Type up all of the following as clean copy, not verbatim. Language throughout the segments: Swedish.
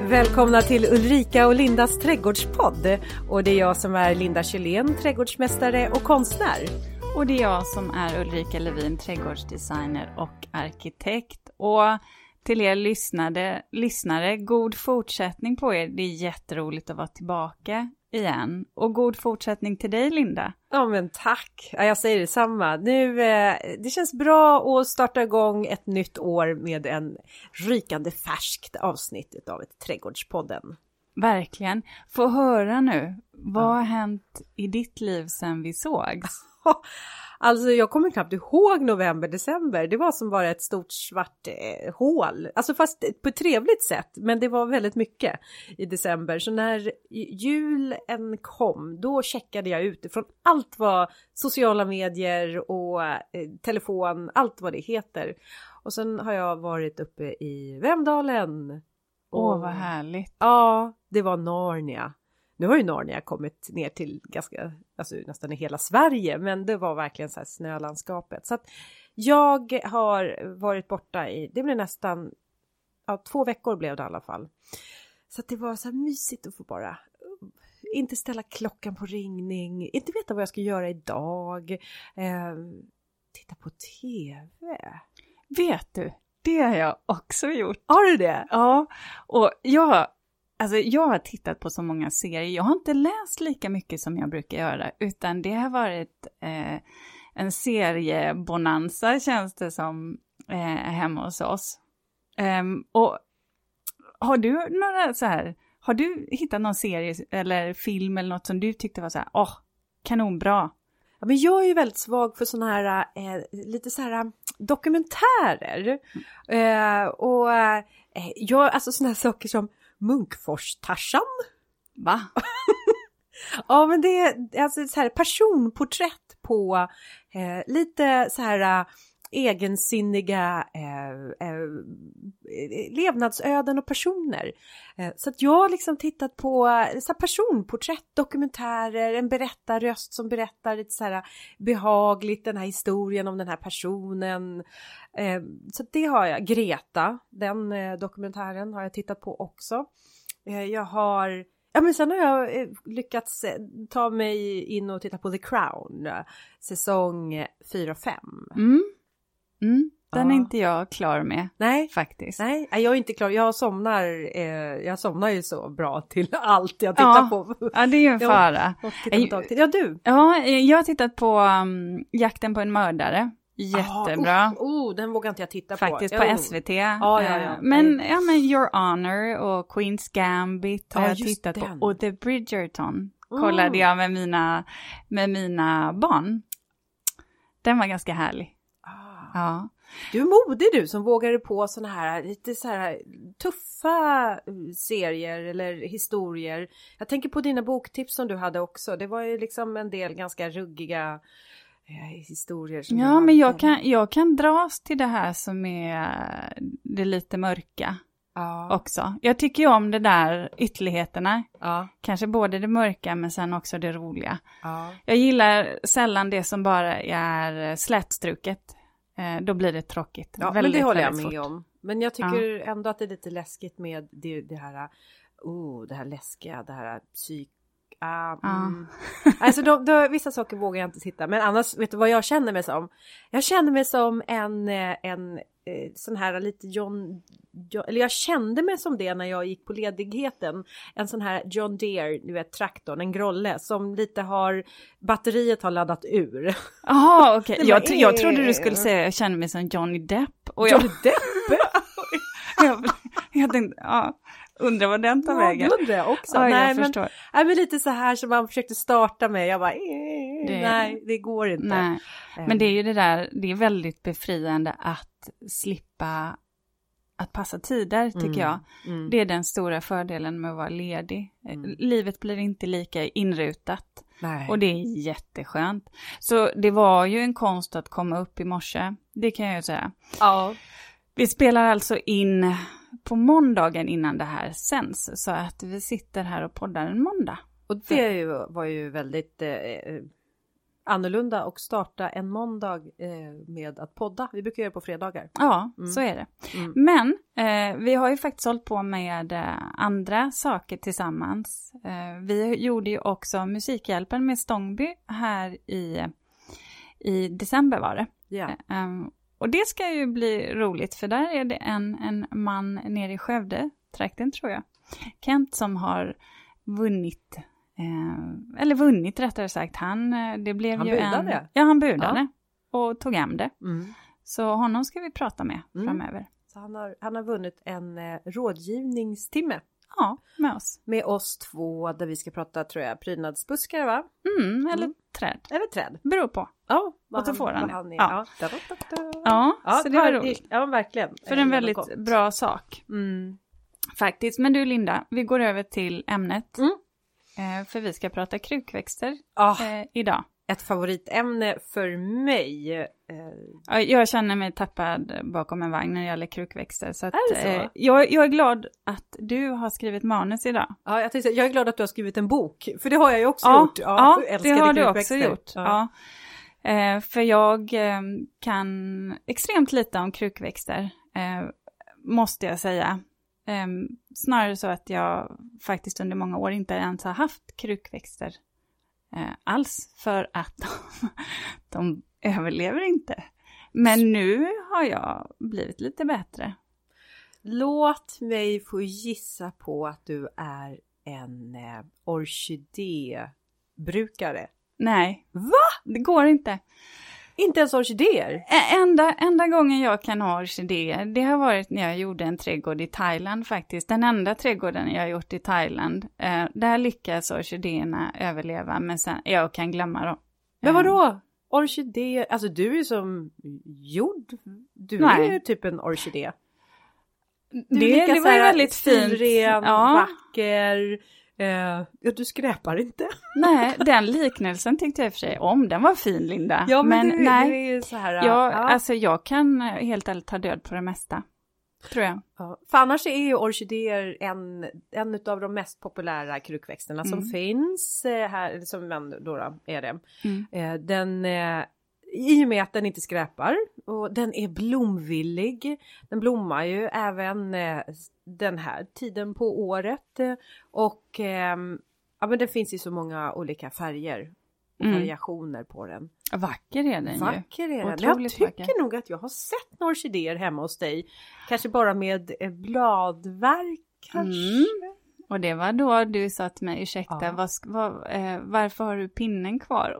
Välkomna till Ulrika och Lindas trädgårdspodd. Och det är jag som är Linda Kjellén, trädgårdsmästare och konstnär. Och det är jag som är Ulrika Levin, trädgårdsdesigner och arkitekt. Och till er lyssnare, god fortsättning på er. Det är jätteroligt att vara tillbaka igen. Och god fortsättning till dig, Linda. Ja, men tack. Ja, jag säger detsamma. Nu, det känns bra att starta igång ett nytt år med en rykande färskt avsnitt av ett trädgårdspodden. Verkligen. Få höra nu. Vad har hänt i ditt liv sedan vi sågs? Alltså jag kommer knappt ihåg november, december. Det var som bara ett stort svart hål. Alltså fast på ett trevligt sätt. Men det var väldigt mycket i december. Så när julen kom, då checkade jag ut ifrån allt vad sociala medier och telefon, allt vad det heter. Och sen har jag varit uppe i Vemdalen. Åh, vad härligt. Ja, det var Narnia. Nu har ju Narnia kommit ner till ganska, alltså nästan i hela Sverige, men det var verkligen så här snölandskapet. Så att jag har varit borta det blev nästan 2 veckor blev det i alla fall. Så att det var så här mysigt att få bara inte ställa klockan på ringning, inte veta vad jag ska göra idag, titta på tv. Vet du, det har jag också gjort. Har du det? Ja, och jag har tittat på så många serier. Jag har inte läst lika mycket som jag brukar göra. Utan det har varit en seriebonanza, känns det som, hemma hos oss. Och har du har du hittat någon serie eller film eller något som du tyckte var så här, kanonbra? Ja, men jag är ju väldigt svag för såna här lite så här dokumentärer. Alltså såna här saker som Munkfors-Tarzan. Va? Ja, men det är alltså så här personporträtt på lite så här egensinniga levnadsöden och personer. Så att jag har liksom tittat på så här personporträtt, dokumentärer, en berättarröst som berättar lite så här behagligt den här historien om den här personen. Så det har jag. Greta, den dokumentären har jag tittat på också. Men sen har jag lyckats ta mig in och titta på The Crown, säsong 4 och 5. Den är inte jag klar med. Nej, faktiskt. Nej, jag är inte klar. Jag somnar ju så bra till allt jag tittar på. Ja, det är ju en fara. Ja, du? Ja, jag har tittat på Jakten på en mördare. Jättebra. Den vågar inte jag titta faktiskt på. På SVT. Ja. Men Your Honor och Queen's Gambit har jag tittat på. Och The Bridgerton kollade jag med mina barn. Den var ganska härlig. Ja. Du är modig du som vågar på såna här lite så här tuffa serier eller historier. Jag tänker på dina boktips som du hade också. Det var ju liksom en del ganska ruggiga historier. Som men jag kan dras till det här som är det lite mörka också. Jag tycker ju om det där ytterligheterna. Ja. Kanske både det mörka men sen också det roliga. Ja. Jag gillar sällan det som bara är slätstruket. Då blir det tråkigt. Ja, väldigt, men det håller jag med fort. om. Men jag tycker ändå att det är lite läskigt med det här det här läskiga, det här Alltså vissa saker vågar jag inte titta. Men annars, vet du vad jag känner mig som? Jag känner mig som en sån här lite eller jag kände mig som det när jag gick på ledigheten. En sån här John Deere, du vet, traktorn, en grolle som lite batteriet har laddat ur. Jaha, okej. Jag trodde du skulle säga jag känner mig som Johnny Depp. Och Johnny Depp? jag tänkte, undrar vad den tar vägen. Ja, undrar jag också. Jag förstår. Men lite så här som man försökte starta med. Jag bara, nej, det går inte. Nej. Men det är ju det där, det är väldigt befriande att slippa att passa tider, tycker jag. Det är den stora fördelen med att vara ledig. Livet blir inte lika inrutat. Nej. Och det är jätteskönt. Så det var ju en konst att komma upp i morse. Det kan jag ju säga. Ja. Vi spelar alltså in på måndagen innan det här sänds. Så att vi sitter här och poddar en måndag. Och det var ju väldigt annorlunda att starta en måndag med att podda. Vi brukar göra på fredagar. Ja, så är det. Men Vi har ju faktiskt hållit på med andra saker tillsammans. Vi gjorde ju också Musikhjälpen med Stångby här i december var det. Ja. Och det ska ju bli roligt, för där är det en man nere i Skövde, trakten tror jag. Kent, som har vunnit rättare sagt. Han budade. Ja, han budade och tog hem det. Så honom ska vi prata med framöver. Så han har vunnit en rådgivningstimme. Ja, med oss. Med oss 2, där vi ska prata, tror jag, prydnadsbuskar, va? Eller träd. Eller träd. Beror på. Ja, vad så får han är. Ja, Ja, så det var roligt. Ja, verkligen. För en väldigt bra sak. Faktiskt. Men du, Linda, vi går över till ämnet. För vi ska prata krukväxter idag. Ett favoritämne för mig. Jag känner mig tappad bakom en vagn när det gäller krukväxter. Så att, är det så? Jag är glad att du har skrivit manus idag. Ja, jag är glad att du har skrivit en bok. För det har jag ju också gjort. Ja, det har du också gjort. Ja. För jag kan extremt lite om krukväxter, måste jag säga. Snarare så att jag faktiskt under många år inte ens har haft krukväxter alls, för att de överlever inte. Men nu har jag blivit lite bättre. Låt mig få gissa på att du är en orkidébrukare. Nej. Va? Det går inte. Inte ens orkidéer? Enda gången jag kan ha orkidéer, det har varit när jag gjorde en trädgård i Thailand faktiskt. Den enda trädgården jag har gjort i Thailand. Där lyckas orkidéerna överleva, men sen jag kan glömma dem. Men vadå? Orkidéer? Alltså du är som jord. Du är ju typ en orkidé. Det var ju väldigt fint. Ren, vacker. Du skräpar inte. Nej, den liknelsen tyckte jag i och för sig om. Den var fin, Linda. Ja, men nej, det är ju så här. Alltså jag kan helt ärligt ta död på det mesta. Tror jag. Ja. För annars är ju orkidéer en av de mest populära krukväxterna som finns här, som då är det. Den i och med att den inte skräpar och den är blomvillig. Den blommar ju även den här tiden på året och men det finns ju så många olika färger och variationer på den. Vacker är den ju. Vacker är den. Jag tycker nog att jag har sett några orkidéer hemma hos dig. Kanske bara med bladverk kanske. Och det var då du sa till mig, ursäkta, varför har du pinnen kvar?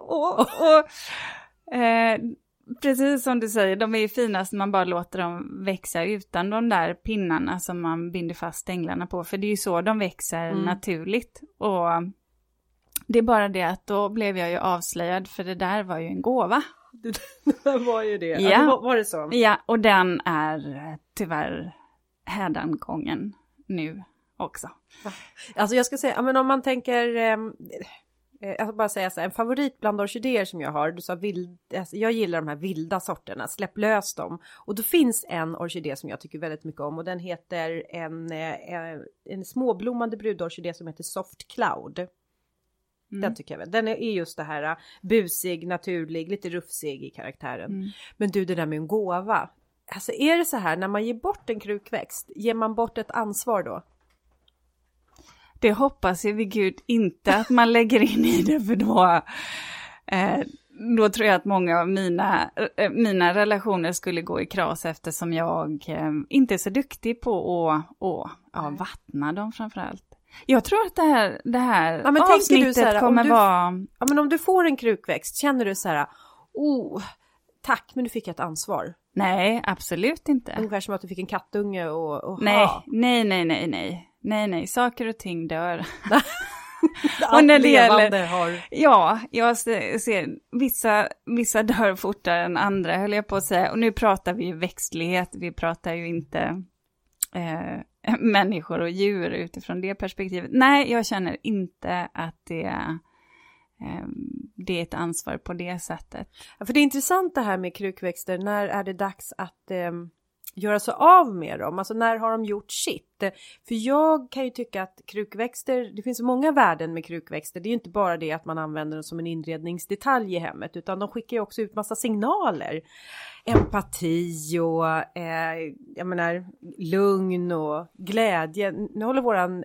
Precis som du säger, de är ju finast när man bara låter dem växa utan de där pinnarna som man binder fast stänglarna på. För det är ju så de växer naturligt. Och det är bara det att då blev jag ju avslöjad, för det där var ju en gåva. Det var ju det. Ja. Alltså, var det så? Ja, och den är tyvärr hädangången nu också. Alltså jag ska säga, men om man tänker... jag ska bara säga så här, en favorit bland orkidéer som jag har, du sa alltså jag gillar de här vilda sorterna, släpp lös dem. Och då finns en orkidé som jag tycker väldigt mycket om och den heter en småblommande brudorkidé som heter Soft Cloud. Den tycker jag väl. Den är just det här busig, naturlig, lite rufsig i karaktären. Men du, det där med en gåva. Alltså är det så här, när man ger bort en krukväxt, ger man bort ett ansvar då? Det hoppas jag vid Gud inte att man lägger in i det, för då tror jag att många av mina relationer skulle gå i kras, eftersom jag inte är så duktig på att vattna dem framförallt. Jag tror att det här avsnittet så här, kommer vara... Ja, men om du får en krukväxt, känner du så här, tack, men du fick ett ansvar. Nej, absolut inte. Ungefär som att du fick en kattunge och Nej, saker och ting dör. Och när det gäller Ja, jag ser vissa dör fortare än andra, höll jag på att säga. Och nu pratar vi ju växtlighet, vi pratar ju inte människor och djur utifrån det perspektivet. Nej, jag känner inte att det är ett ansvar på det sättet. Ja, för det är intressant det här med krukväxter. När är det dags göra sig av med dem? Alltså när har de gjort sitt? För jag kan ju tycka att krukväxter, det finns så många värden med krukväxter. Det är ju inte bara det att man använder dem som en inredningsdetalj i hemmet, utan de skickar ju också ut massa signaler. Empati och jag menar, lugn och glädje. Nu håller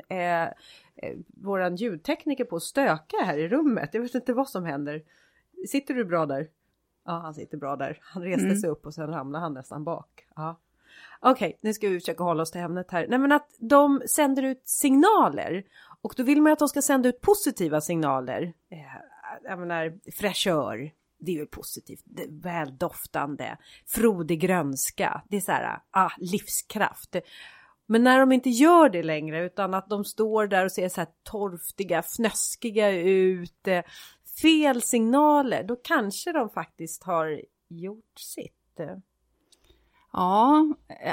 våran ljudtekniker på att stöka här i rummet. Jag vet inte vad som händer. Sitter du bra där? Ja, han sitter bra där. Han reste sig upp och sen ramlade han nästan bak. Ja. Okej, nu ska vi försöka hålla oss till ämnet här. Nej, men att de sänder ut signaler. Och då vill man att de ska sända ut positiva signaler. Jag menar, fräschör. Det är ju positivt. Väldoftande. Frodig grönska. Det är så här, livskraft. Men när de inte gör det längre, utan att de står där och ser så här torftiga, fnöskiga ut. Fel signaler. Då kanske de faktiskt har gjort sitt. Ja,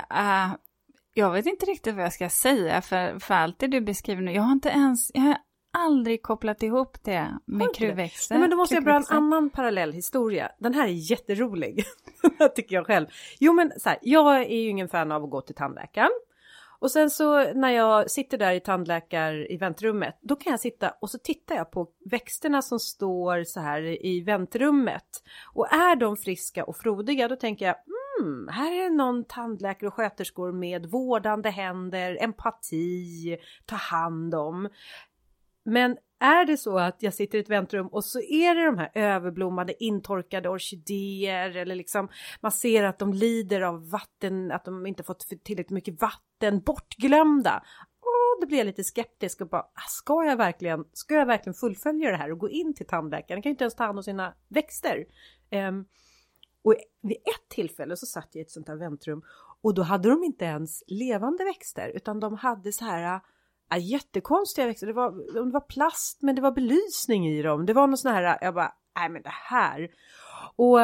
jag vet inte riktigt vad jag ska säga för allt det du beskriver nu. Jag har aldrig kopplat ihop det med krukväxter. Men då måste jag dra en annan parallell historia. Den här är jätterolig, tycker jag själv. Jo, men så här, jag är ju ingen fan av att gå till tandläkaren. Och sen så när jag sitter där i väntrummet, då kan jag sitta och så tittar jag på växterna som står så här i väntrummet. Och är de friska och frodiga, då tänker jag, här är någon tandläkare och sköterskor med vårdande händer, empati, ta hand om. Men är det så att jag sitter i ett väntrum och så är det de här överblommade, intorkade orkidéer, eller liksom man ser att de lider av vatten, att de inte fått tillräckligt mycket vatten, bortglömda. Då blir jag lite skeptisk och bara, ska jag verkligen fullfölja det här och gå in till tandläkaren? Jag kan ju inte ens ta hand om sina växter. Och vid ett tillfälle så satt jag i ett sånt här väntrum och då hade de inte ens levande växter, utan de hade så här jättekonstiga växter. Det var plast, men det var belysning i dem. Det var något sån här, jag bara, nej men det här. Och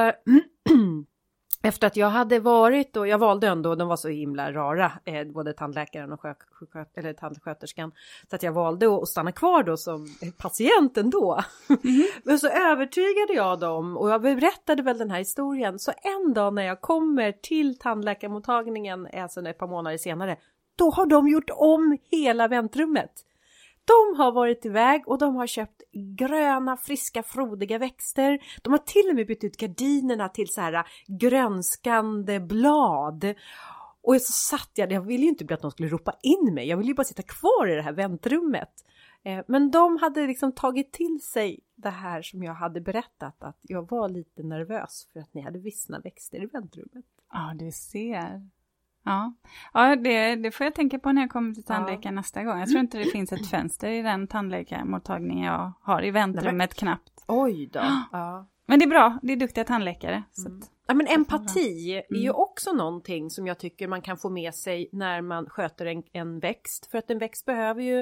efter att jag hade varit, och jag valde ändå, de var så himla rara, både tandläkaren och tandsköterskan, så att jag valde att stanna kvar då som patient ändå. Men så övertygade jag dem, och jag berättade väl den här historien, så en dag när jag kommer till tandläkarmottagningen, alltså ett par månader senare, då har de gjort om hela väntrummet. De har varit iväg och de har köpt gröna, friska, frodiga växter. De har till och med bytt ut gardinerna till så här grönskande blad. Och så satt jag ville ju inte att de skulle ropa in mig. Jag ville ju bara sitta kvar i det här väntrummet. Men de hade liksom tagit till sig det här som jag hade berättat. Att jag var lite nervös för att ni hade vissna växter i väntrummet. Ja, du ser. Ja, det får jag tänka på när jag kommer till tandläkaren nästa gång. Jag tror inte det finns ett fönster i den tandläkarmottagningen jag har i väntrummet knappt. Oj då. Ja. Men det är bra, det är duktiga tandläkare. Så att, ja, men empati är ju också någonting som jag tycker man kan få med sig när man sköter en växt. För att en växt behöver ju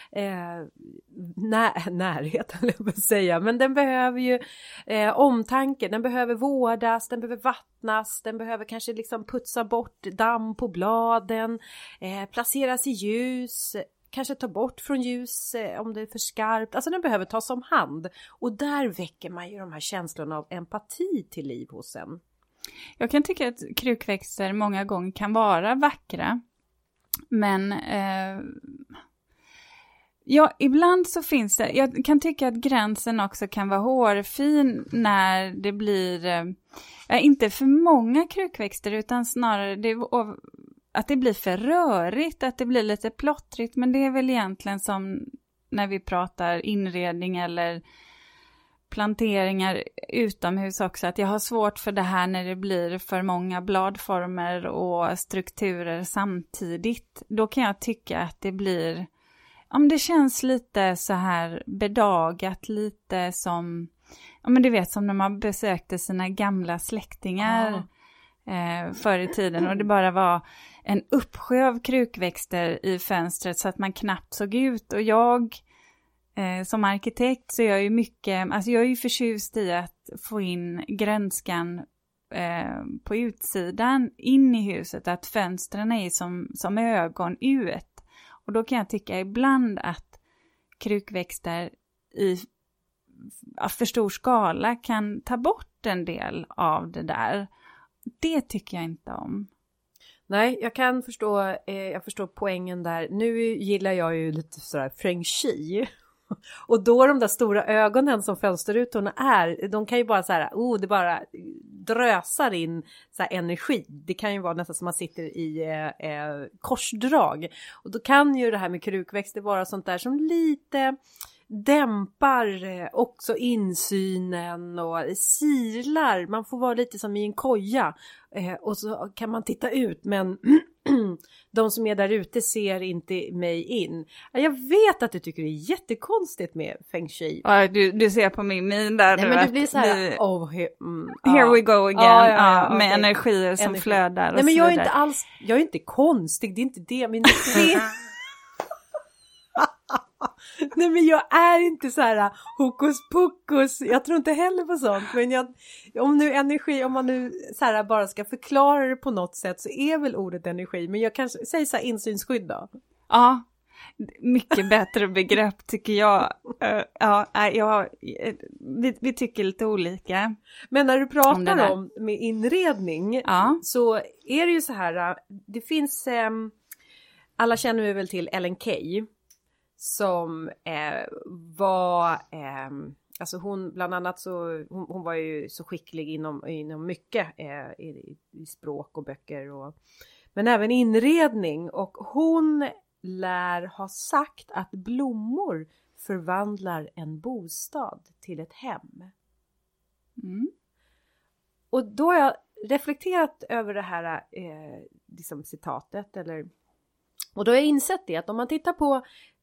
närhet, eller vad jag säga. Men den behöver ju omtanke, den behöver vårdas, den behöver vattnas, den behöver kanske liksom putsa bort damm på bladen, placeras i ljus, kanske ta bort från ljus om det är för skarpt. Alltså den behöver tas om hand. Och där väcker man ju de här känslorna av empati till liv hos en. Jag kan tycka att krukväxter många gånger kan vara vackra. Men ibland så finns det, jag kan tycka att gränsen också kan vara hårfin när det blir, inte för många krukväxter utan snarare att det blir för rörigt, att det blir lite plottrigt. Men det är väl egentligen som när vi pratar inredning eller planteringar utomhus också. Att jag har svårt för det här när det blir för många bladformer och strukturer samtidigt. Då kan jag tycka att det blir, om det känns lite så här bedagat, lite som, men du vet, som när man besökte sina gamla släktingar förr i tiden och det bara var en uppsjö av krukväxter i fönstret så att man knappt såg ut. Och jag som arkitekt så är jag ju mycket, alltså jag är ju förtjust i att få in grönskan på utsidan in i huset, att fönstren är som ögon ut. Och då kan jag tycka ibland att krukväxter i för stor skala kan ta bort en del av det där. Det tycker jag inte om. Nej, jag kan förstå, jag förstår poängen där. Nu gillar jag ju lite sådär feng shui. Och då de där stora ögonen som fönsterrutorna är, de kan ju bara så här, det bara drösar in så här energi. Det kan ju vara nästan som man sitter i korsdrag. Och då kan ju det här med krukväxter vara sånt där som lite dämpar också insynen och silar. Man får vara lite som i en koja. Och så kan man titta ut, men de som är där ute ser inte mig in. Jag vet att du tycker det är jättekonstigt med feng shui. Ja, du ser på min min där. Nej, men det blir så här, here we go again. Med energier som flödar och nej, men så jag är vidare. inte alls, jag är inte konstig, det är inte det. Men det nej, men jag är inte så här hokus pokus. Jag tror inte heller på sånt. Men om man nu så här bara ska förklara det på något sätt, så är väl ordet energi. Men jag kanske säger så här insynsskydd då. Ja, mycket bättre begrepp tycker jag. Vi tycker lite olika. Men när du pratar om med inredning, så är det ju så här. Det finns, alla känner vi väl till Ellen Key. Som var, alltså hon bland annat så, hon var ju så skicklig inom mycket i språk och böcker men även inredning, och hon lär ha sagt att blommor förvandlar en bostad till ett hem. Och då har jag reflekterat över det här liksom citatet, och då har jag insett det att om man tittar på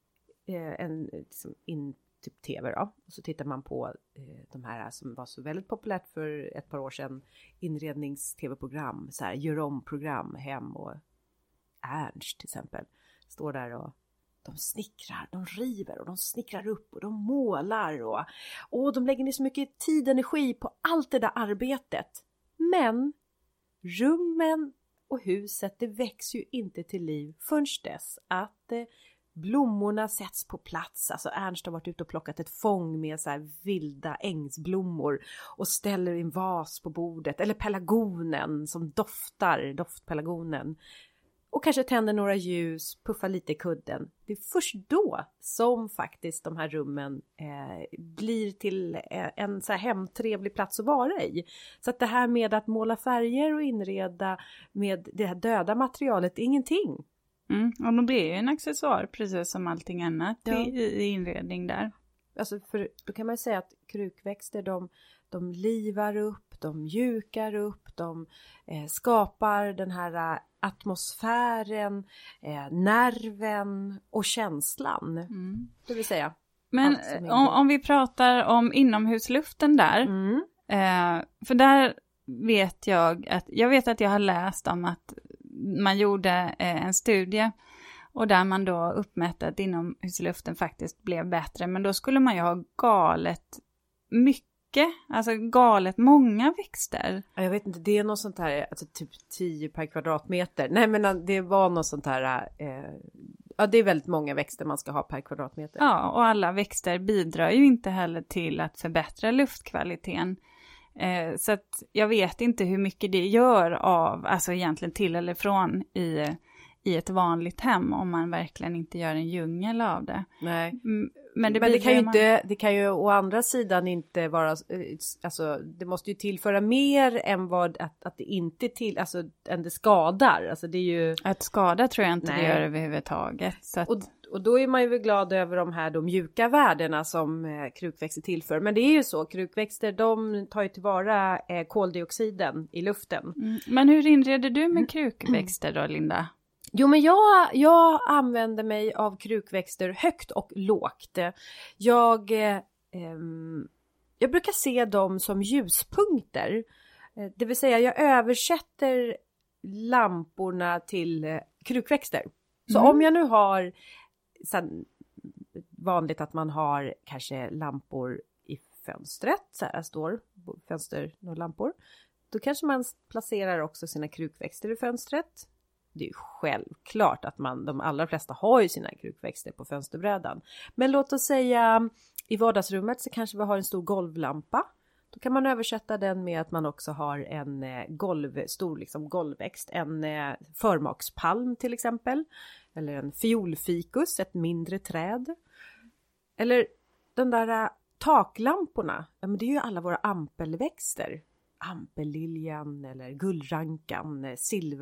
en liksom typ tv då, och så tittar man på de här som var så väldigt populärt för ett par år sedan, inrednings-tv-program, så här Gör-om-program, Hem och Ernst till exempel, står där och de snickrar, de river och de snickrar upp och de målar och de lägger ner så mycket tid och energi på allt det där arbetet, men rummen och huset, det växer ju inte till liv förrän dess att blommorna sätts på plats. Alltså Ernst har varit ute och plockat ett fång med så här vilda ängsblommor och ställer en vas på bordet. Eller pelargonen som doftpelargonen. Och kanske tänder några ljus, puffar lite i kudden. Det är först då som faktiskt de här rummen blir till en så här hemtrevlig plats att vara i. Så att det här med att måla färger och inreda med det här döda materialet är ingenting. Och det är ju en accessoar precis som allting annat i inredning där. Alltså för då kan man säga att krukväxter de livar upp, de mjukar upp, de skapar den här atmosfären, nerven och känslan. Det vill säga. Men om vi pratar om inomhusluften där. För där vet jag att jag har läst om att man gjorde en studie och där man då uppmätte att inomhusluften faktiskt blev bättre. Men då skulle man ju ha galet mycket, alltså galet många växter. Jag vet inte, det är något sånt här, alltså typ 10 per kvadratmeter. Nej, men det var något sånt här, det är väldigt många växter man ska ha per kvadratmeter. Ja, och alla växter bidrar ju inte heller till att förbättra luftkvaliteten. Så att jag vet inte hur mycket det gör av, alltså egentligen till eller från i ett vanligt hem, om man verkligen inte gör en djungel av det. Nej. Men det kan ju å andra sidan inte vara, alltså det måste ju tillföra mer än vad att det inte alltså än det skadar. Alltså det är ju att skada tror jag inte det gör överhuvudtaget. Så att... och då är man ju glad över de mjuka värdena som krukväxter tillför. Men det är ju så, krukväxter de tar ju tillvara koldioxiden i luften. Men hur inreder du med krukväxter då, Linda? Jo, men jag använder mig av krukväxter högt och lågt. Jag brukar se dem som ljuspunkter. Det vill säga jag översätter lamporna till krukväxter. Så om jag nu har vanligt att man har kanske lampor i fönstret. Så här står fönster och lampor. Då kanske man placerar också sina krukväxter i fönstret. Det är ju självklart att de allra flesta har ju sina krukväxter på fönsterbrädan. Men låt oss säga i vardagsrummet så kanske vi har en stor golvlampa. Då kan man översätta den med att man också har en stor liksom golvväxt. En förmakspalm till exempel. Eller en fiolfikus, ett mindre träd. Eller den där taklamporna. Ja, men det är ju alla våra ampelväxter. Ampelliljan eller gullrankan,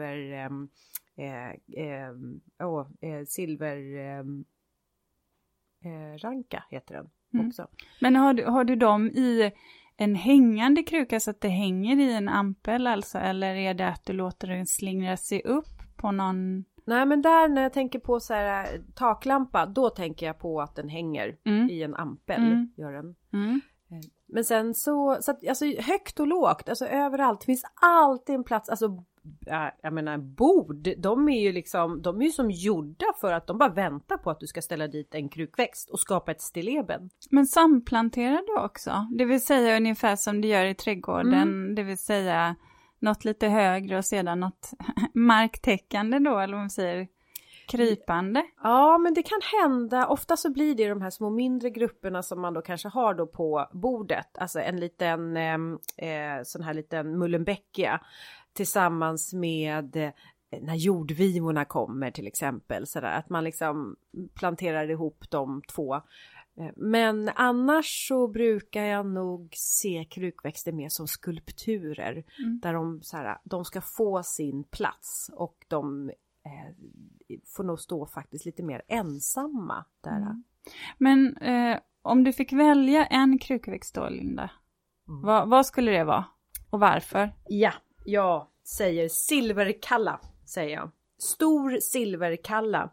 silverranka heter den också. Men har du dem i en hängande kruka så att det hänger i en ampel alltså? Eller är det att du låter den slingra sig upp på någon... Nej, men där när jag tänker på så här taklampa, då tänker jag på att den hänger i en ampel. Gör den. Men sen så att, alltså högt och lågt, alltså överallt finns alltid en plats, alltså jag menar bord, de är ju som gjorda för att de bara väntar på att du ska ställa dit en krukväxt och skapa ett stilleben. Men samplanterar du också? Det vill säga ungefär som du gör i trädgården, det vill säga något lite högre och sedan något marktäckande då, eller vad man säger, krypande. Ja, men det kan hända. Ofta så blir det de här små mindre grupperna som man då kanske har då på bordet. Alltså en liten sån här liten mullenbeckia tillsammans med när jordvivorna kommer till exempel. Så där, att man liksom planterar ihop de två. Men annars så brukar jag nog se krukväxter mer som skulpturer. Där de ska få sin plats och de får nog stå faktiskt lite mer ensamma där. Men om du fick välja en krukväxt då, Linda, vad skulle det vara och varför? Ja, jag säger silverkalla, säger jag. Stor silverkalla.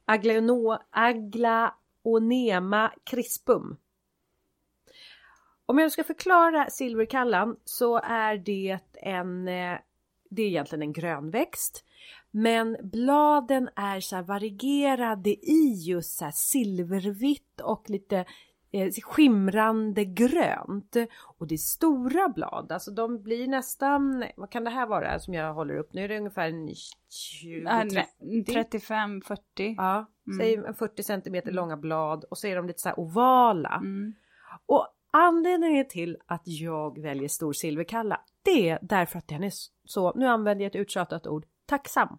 Aglaonema crispum. Om jag ska förklara silverkallan så är det är egentligen en grönväxt. Men bladen är så här varierade i just så här silvervitt och lite skimrande grönt. Och det är stora blad. Alltså de blir nästan, vad kan det här vara som jag håller upp? Nu är det ungefär 35-40. Ja, säg 40 centimeter långa blad. Och så är de lite så här ovala. Och anledningen till att jag väljer stor silverkalla, det är därför att den är så, nu använder jag ett uttjatat ord, tacksam.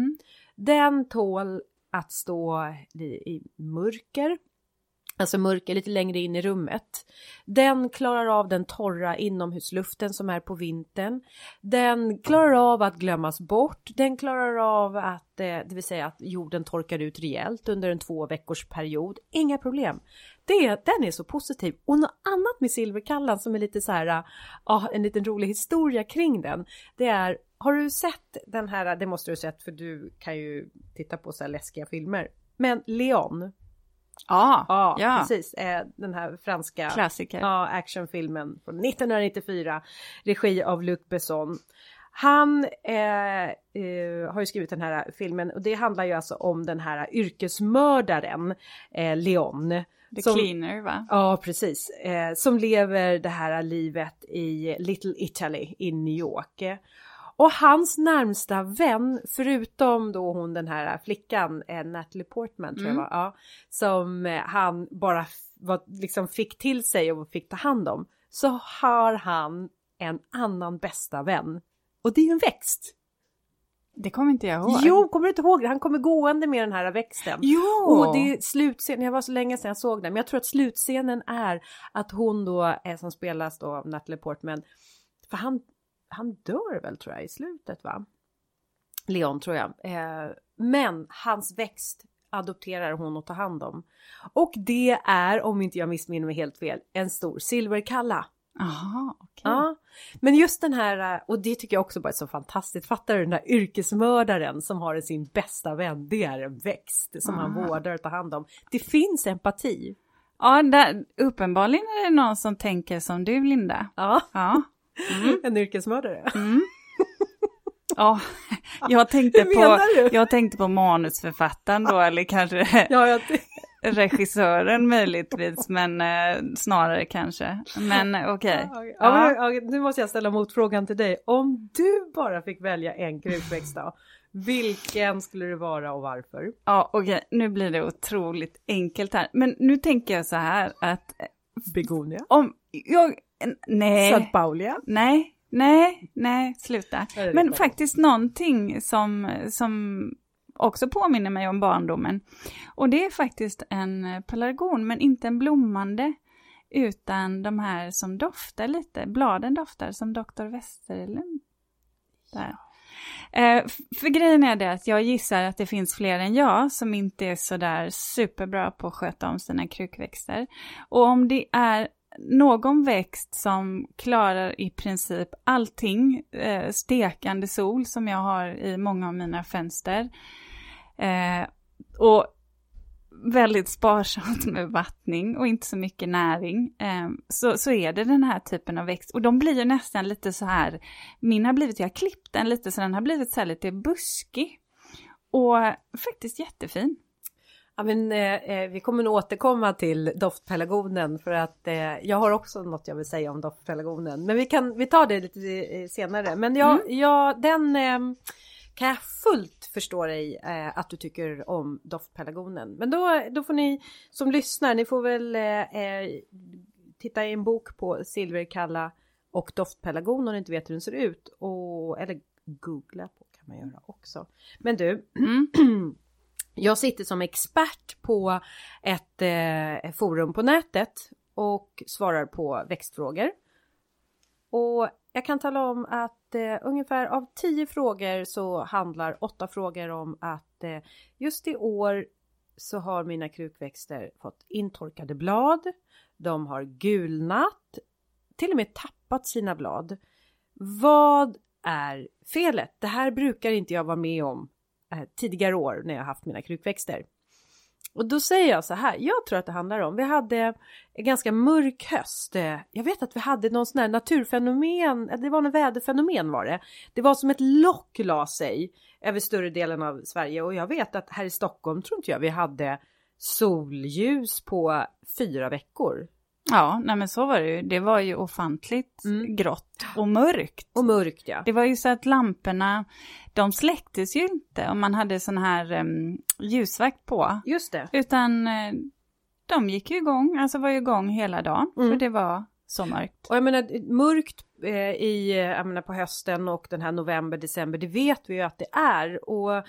Den tål att stå i mörker. Alltså mörker lite längre in i rummet. Den klarar av den torra inomhusluften som är på vintern. Den klarar av att glömmas bort. Den klarar av att, det vill säga att jorden torkar ut rejält under en 2 veckors period. Inga problem. Den är så positiv. Och något annat med silverkallan som är lite så här, en liten rolig historia kring den. Det är, har du sett den här, det måste du ha sett för du kan ju titta på så här läskiga filmer. Men Leon. Ja, precis. Den här franska klassiker. Actionfilmen från 1994. Regi av Luc Besson. Han har ju skrivit den här filmen. Och det handlar ju alltså om den här yrkesmördaren Leon. The Cleaner, va? Ja, precis. Som lever det här livet i Little Italy i New York. Och hans närmsta vän, förutom då hon den här flickan, Natalie Portman tror jag var, ja, som han bara liksom fick till sig och fick ta hand om, så har han en annan bästa vän. Och det är ju en växt. Det kommer inte jag ihåg. Jo, kommer du inte ihåg det? Han kommer gående med den här växten. Jo! Och det är slutscenen, jag var så länge sedan jag såg den. Men jag tror att slutscenen är att hon då, som spelas då av Natalie Portman, för han dör väl tror jag i slutet, va? Leon tror jag. Men hans växt adopterar hon och tar hand om. Och det är, om inte jag missminner mig helt fel, en stor silverkalla. Aha, okej. Ja, men just den här, och det tycker jag också bara är så fantastiskt. Fattar du, den där yrkesmördaren som har sin bästa vän, det är en växt som han vårdar och tar hand om. Det finns empati. Ja, uppenbarligen är det någon som tänker som du, Linda. Ja. Mm. En yrkesmördare. Ja, jag tänkte på manusförfattaren då, eller kanske regissören möjligtvis, men snarare kanske. Men okej. Nu måste jag ställa motfrågan till dig. Om du bara fick välja en krukväxt då, vilken skulle det vara och varför? Ja, okej. Nu blir det otroligt enkelt här. Men nu tänker jag så här att begonia. Nej. Sant Paulia? Nej, sluta. Men faktiskt någonting som också påminner mig om barndomen. Och det är faktiskt en pelargon, men inte en blommande, utan de här som doftar lite. Bladen doftar som Dr. Westerlund. Där. För grejen är det att jag gissar att det finns fler än jag som inte är så där superbra på att sköta om sina krukväxter. Och om det är någon växt som klarar i princip allting, stekande sol som jag har i många av mina fönster, och väldigt sparsamt med vattning och inte så mycket näring, så är det den här typen av växt. Och de blir ju nästan lite så här, jag har klippt den lite så den har blivit så här lite buskig och faktiskt jättefin. Ja, men vi kommer nog återkomma till doftpelargonen, för att jag har också något jag vill säga om doftpelargonen. Men vi tar det lite senare. Men den kan jag fullt förstå dig att du tycker om doftpelargonen. Men då får ni som lyssnar, ni får väl titta i en bok på silverkalla och doftpelargon om ni inte vet hur den ser ut. Eller googla på kan man göra också. Men du... Jag sitter som expert på ett forum på nätet och svarar på växtfrågor. Och jag kan tala om att ungefär av 10 frågor så handlar 8 frågor om att just i år så har mina krukväxter fått intorkade blad. De har gulnat, till och med tappat sina blad. Vad är felet? Det här brukar inte jag vara med om tidigare år när jag har haft mina krukväxter. Och då säger jag så här, jag tror att det handlar om, vi hade en ganska mörk höst. Jag vet att vi hade någon sån här naturfenomen, det var någon väderfenomen var det. Det var som ett lock la sig över större delen av Sverige. Och jag vet att här i Stockholm tror inte jag vi hade solljus på 4 veckor. Ja, nej men så var det ju. Det var ju ofantligt grått och mörkt. Och mörkt, ja. Det var ju så att lamporna, de släcktes ju inte om man hade sån här ljusvakt på. Just det. Utan de gick ju igång, alltså var ju igång hela dagen. För det var så mörkt. Och jag menar, mörkt på hösten och den här november, december, det vet vi ju att det är.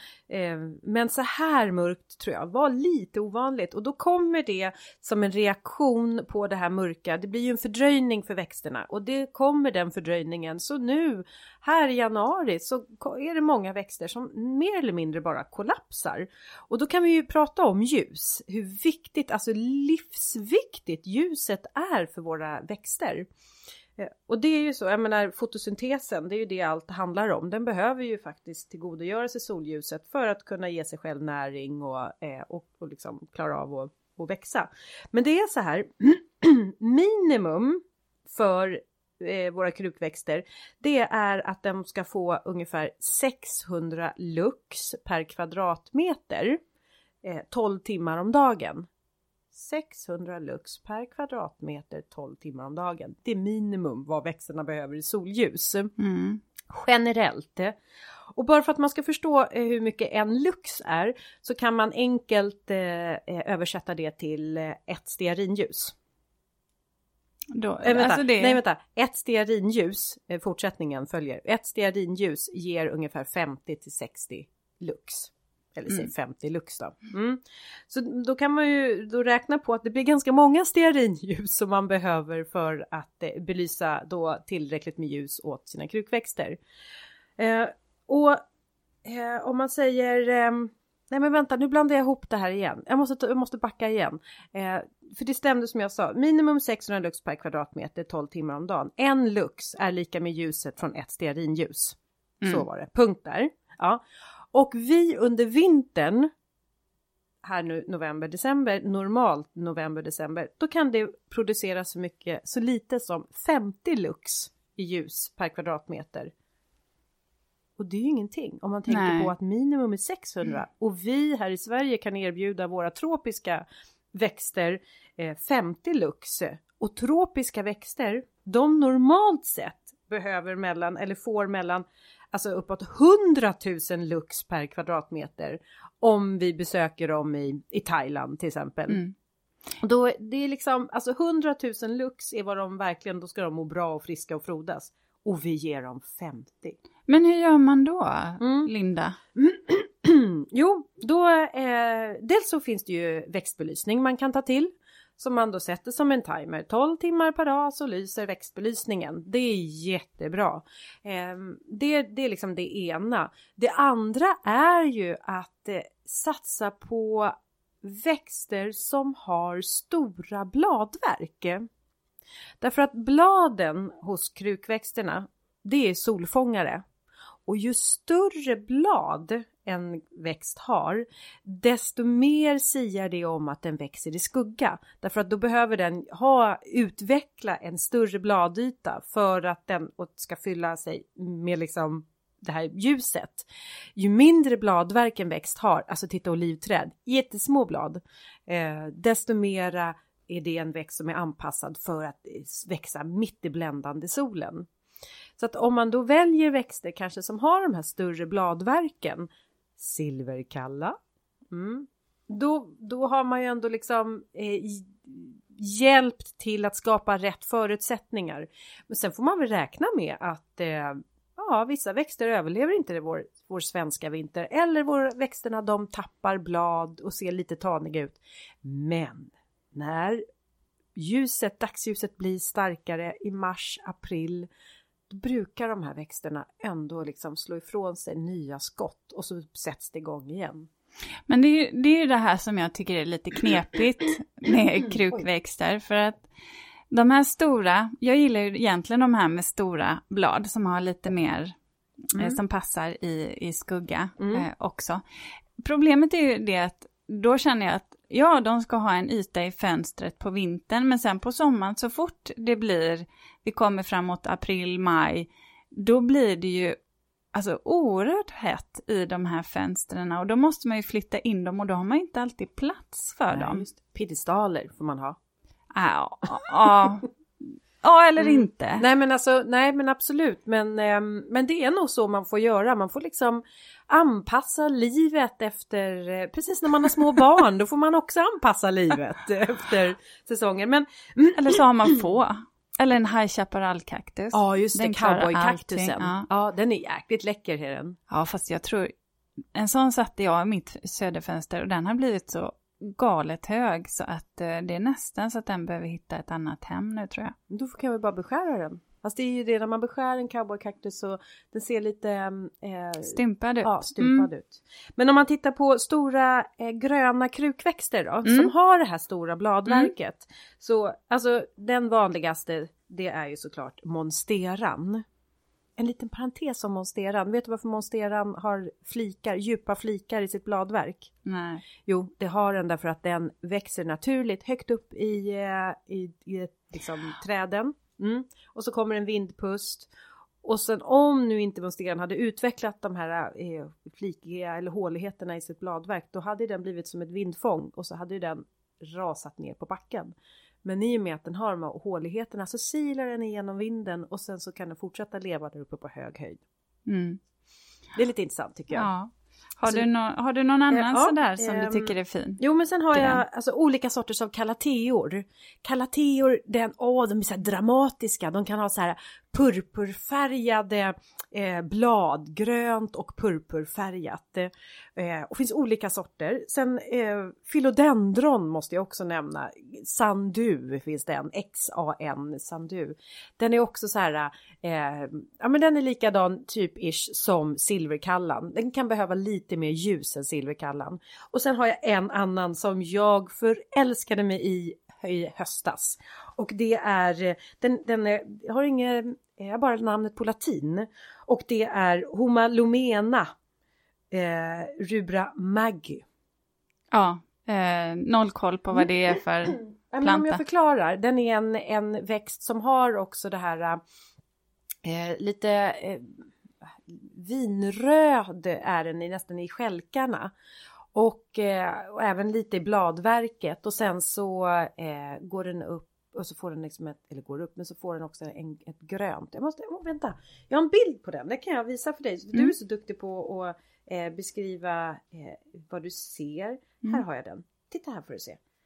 Men så här mörkt tror jag var lite ovanligt. Och då kommer det som en reaktion på det här mörka. Det blir ju en fördröjning för växterna. Och det kommer den fördröjningen. Så nu, här i januari, så är det många växter som mer eller mindre bara kollapsar. Och då kan vi ju prata om ljus. Hur viktigt, alltså livsviktigt ljuset är för våra växter. Och det är ju så, jag menar fotosyntesen, det är ju det allt handlar om. Den behöver ju faktiskt tillgodogöra sig solljuset för att kunna ge sig själv näring och liksom klara av att växa. Men det är så här, minimum för våra krukväxter, det är att de ska få ungefär 600 lux per kvadratmeter 12 timmar om dagen. 600 lux per kvadratmeter 12 timmar om dagen. Det är minimum vad växterna behöver i solljus. Generellt. Och bara för att man ska förstå hur mycket en lux är så kan man enkelt översätta det till ett stearinljus. Vänta. Ett stearinljus, fortsättningen följer. Ett stearinljus ger ungefär 50-60 lux. Eller säg 50 lux då. Så då kan man ju då räkna på att det blir ganska många stearinljus som man behöver för att belysa då tillräckligt med ljus åt sina krukväxter. Om man säger... nej men vänta, nu blandar jag ihop det här igen. Jag måste backa igen. För det stämde som jag sa. Minimum 600 lux per kvadratmeter 12 timmar om dagen. En lux är lika med ljuset från ett stearinljus. Så var det. Punkt där. Ja. Och vi under vintern, här nu november-december, normalt november-december, då kan det producera så lite som 50 lux i ljus per kvadratmeter. Och det är ju ingenting om man tänker på att minimum är 600. Och vi här i Sverige kan erbjuda våra tropiska växter 50 lux. Och tropiska växter, de normalt sett får mellan alltså uppåt 100 000 lux per kvadratmeter om vi besöker dem i Thailand till exempel. Då, det är liksom, alltså 100 000 lux är vad de verkligen, då ska de må bra och friska och frodas. Och vi ger dem 50. Men hur gör man då, Linda? Jo, då dels så finns det ju växtbelysning man kan ta till. Som man då sätter som en timer. 12 timmar per dag så lyser växtbelysningen. Det är jättebra. Det är liksom det ena. Det andra är ju att satsa på växter som har stora bladverk. Därför att bladen hos krukväxterna, det är solfångare. Och ju större blad en växt har, desto mer siar det om att den växer i skugga. Därför att då behöver den utveckla en större bladyta för att den ska fylla sig med liksom det här ljuset. Ju mindre bladverk en växt har, alltså titta olivträd, jättesmå blad, desto mera är det en växt som är anpassad för att växa mitt i bländande solen. Så att om man då väljer växter kanske som har de här större bladverken, silverkalla, då har man ju ändå liksom hjälpt till att skapa rätt förutsättningar. Men sen får man väl räkna med att vissa växter överlever inte vår svenska vinter. Eller växterna de tappar blad och ser lite taniga ut. Men när dagsljuset blir starkare i mars, april, då brukar de här växterna ändå liksom slå ifrån sig nya skott och så sätts det igång igen. Men det är ju det här som jag tycker är lite knepigt med krukväxter. För att de här stora, jag gillar ju egentligen de här med stora blad som har lite mer, som passar i skugga också. Problemet är ju det att då känner jag att de ska ha en yta i fönstret på vintern. Men sen på sommaren så fort vi kommer framåt april, maj. Då blir det ju alltså oerhört hett i de här fönstren. Och då måste man ju flytta in dem och då har man inte alltid plats för dem. Just piedestaler får man ha. Ja, eller inte. Nej men absolut. Men det är nog så man får göra. Man får liksom anpassa livet efter, precis när man har små barn, då får man också anpassa livet efter säsongen. Men, eller så har man eller en High Chaparral-kaktus. Ja, just det, cowboy-kaktusen. Ja, den är jäkligt läcker här den. Ja, fast jag tror, en sån satte jag i mitt söderfönster och den har blivit så galet hög så att det är nästan så att den behöver hitta ett annat hem nu, tror jag. Då kan vi bara beskära den. Fast det är ju det när man beskär en cowboykaktus så den ser lite stympad ut. Ja, stympad ut. Men om man tittar på stora gröna krukväxter då, som har det här stora bladverket. Så alltså den vanligaste, det är ju såklart monsteran. En liten parentes om monsteran. Vet du varför monsteran har djupa flikar i sitt bladverk? Nej. Jo, det har den därför att den växer naturligt högt upp i liksom, träden. Och så kommer en vindpust. Och sen om nu inte monsteran hade utvecklat de här flikiga eller håligheterna i sitt bladverk, då hade den blivit som ett vindfång och så hade den rasat ner på backen. Men i och med att den har de här håligheterna så silar den igenom vinden och sen så kan den fortsätta leva där uppe på hög höjd. Det är lite intressant tycker jag. Ja. Har du någon annan sådär som du tycker är fin? Jo, men sen har jag alltså olika sorters av kalateor. Kalateor, de är så här dramatiska. De kan ha så här purpurfärgade blad, grönt och purpurfärgat. Och finns olika sorter. Sen philodendron måste jag också nämna. Sandu finns det en, XAN, sandu. Den är också så här, men den är likadan typ-ish som silverkallan. Den kan behöva lite mer ljus än silverkallan. Och sen har jag en annan som jag förälskade mig i höstas. Och det är, jag har jag har bara namnet på latin. Och det är Homalomena rubra maggi. Ja, noll koll på vad det är för planta. Men om jag förklarar, den är en växt som har också det här lite vinröd är den nästan i skälkarna. Och även lite i bladverket. Och sen så går den upp. Och så får den liksom men så får den också ett grönt. Vänta, jag har en bild på den. Det kan jag visa för dig. Du är så duktig på att beskriva vad du ser. Här har jag den. Titta här får du se.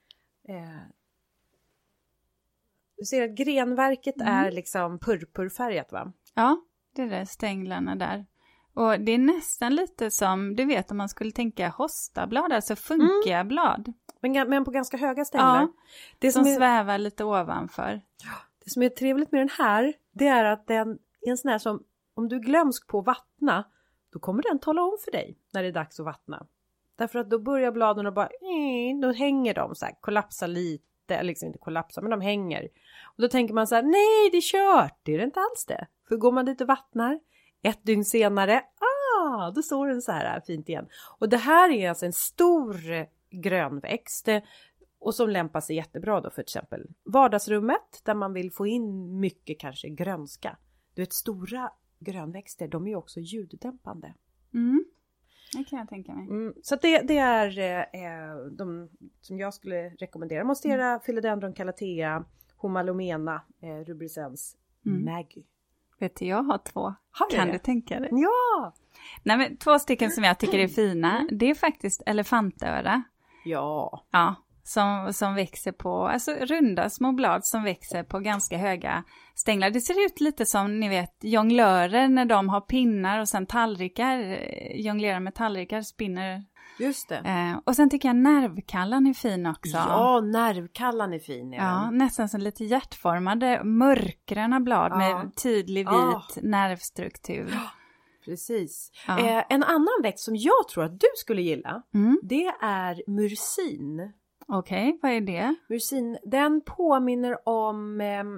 Du ser att grenverket är liksom purpurfärgat, va? Ja, det är det, stänglarna där. Och det är nästan lite som, du vet om man skulle tänka hostablad, alltså funkiga blad. Men på ganska höga stänglar. Ja, det som svävar lite ovanför. Det som är trevligt med den här, det är att den är en sån här som, om du glömsk på att vattna, då kommer den tala om för dig när det är dags att vattna. Därför att då börjar bladen och bara, då hänger de så här, kollapsar lite, liksom inte kollapsar, men de hänger. Och då tänker man så här, nej det är kört, det är det inte alls det. För går man dit och vattnar, 1 dygn senare, då står den så här fint igen. Och det här är alltså en stor grönväxt och som lämpar sig jättebra då för till exempel vardagsrummet där man vill få in mycket kanske grönska. Du vet, stora grönväxter, de är ju också ljuddämpande. Det kan jag tänka mig. Så att det är de som jag skulle rekommendera. Monstera, Philodendron calathea, Homalomena, rubrescens, Maggie. Vet du, jag har 2. Kan du tänka dig? Ja! Nej, men 2 stycken som jag tycker är fina, det är faktiskt elefantöra. Ja. Ja, som växer på, alltså runda små blad som växer på ganska höga stänglar. Det ser ut lite som, ni vet, jonglörer när de har pinnar och sen tallrikar, jonglerar med tallrikar, spinner. Just det. Och sen tycker jag nervkallan är fin också. Ja, nervkallan är fin. Ja, nästan som lite hjärtformade, mörkgröna blad med tydlig vit nervstruktur. Precis. En annan växt som jag tror att du skulle gilla, det är myrsin. Okej, vad är det? Myrsin, den påminner om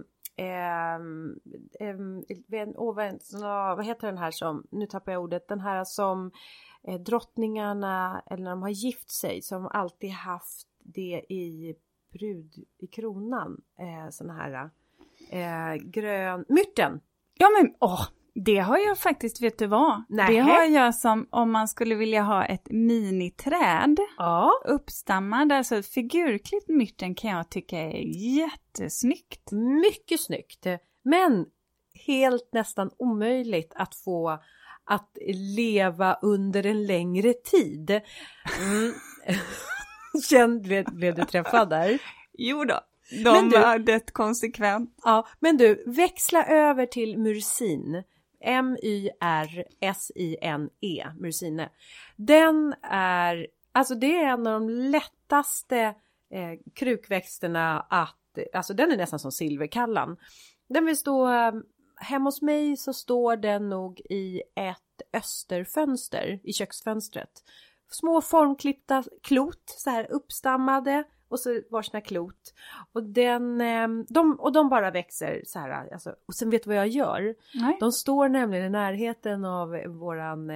vad heter den här som, nu tappar jag ordet, den här som drottningarna, eller när de har gift sig, som alltid haft det i kronan, sån här grön, myrten. Ja men, det har jag faktiskt, vet du vad? Nej. Det har jag som om man skulle vilja ha ett miniträd uppstammad, alltså figurklippt myrten kan jag tycka är jättesnyggt. Mycket snyggt, men helt nästan omöjligt att få att leva under en längre tid. Blev du träffad där? Jo då. De var det konsekvent. Ja, men du, växla över till myrsin. Myrsine, myrsine. Den är, alltså det är en av de lättaste krukväxterna att, alltså den är nästan som silverkallan. Den vill stå, hemma hos mig så står den nog i ett österfönster i köksfönstret. Små formklippta klot, så här uppstammade. Och så varsina klot. Och de bara växer så här. Alltså, och sen vet du vad jag gör? Nej. De står nämligen i närheten av våran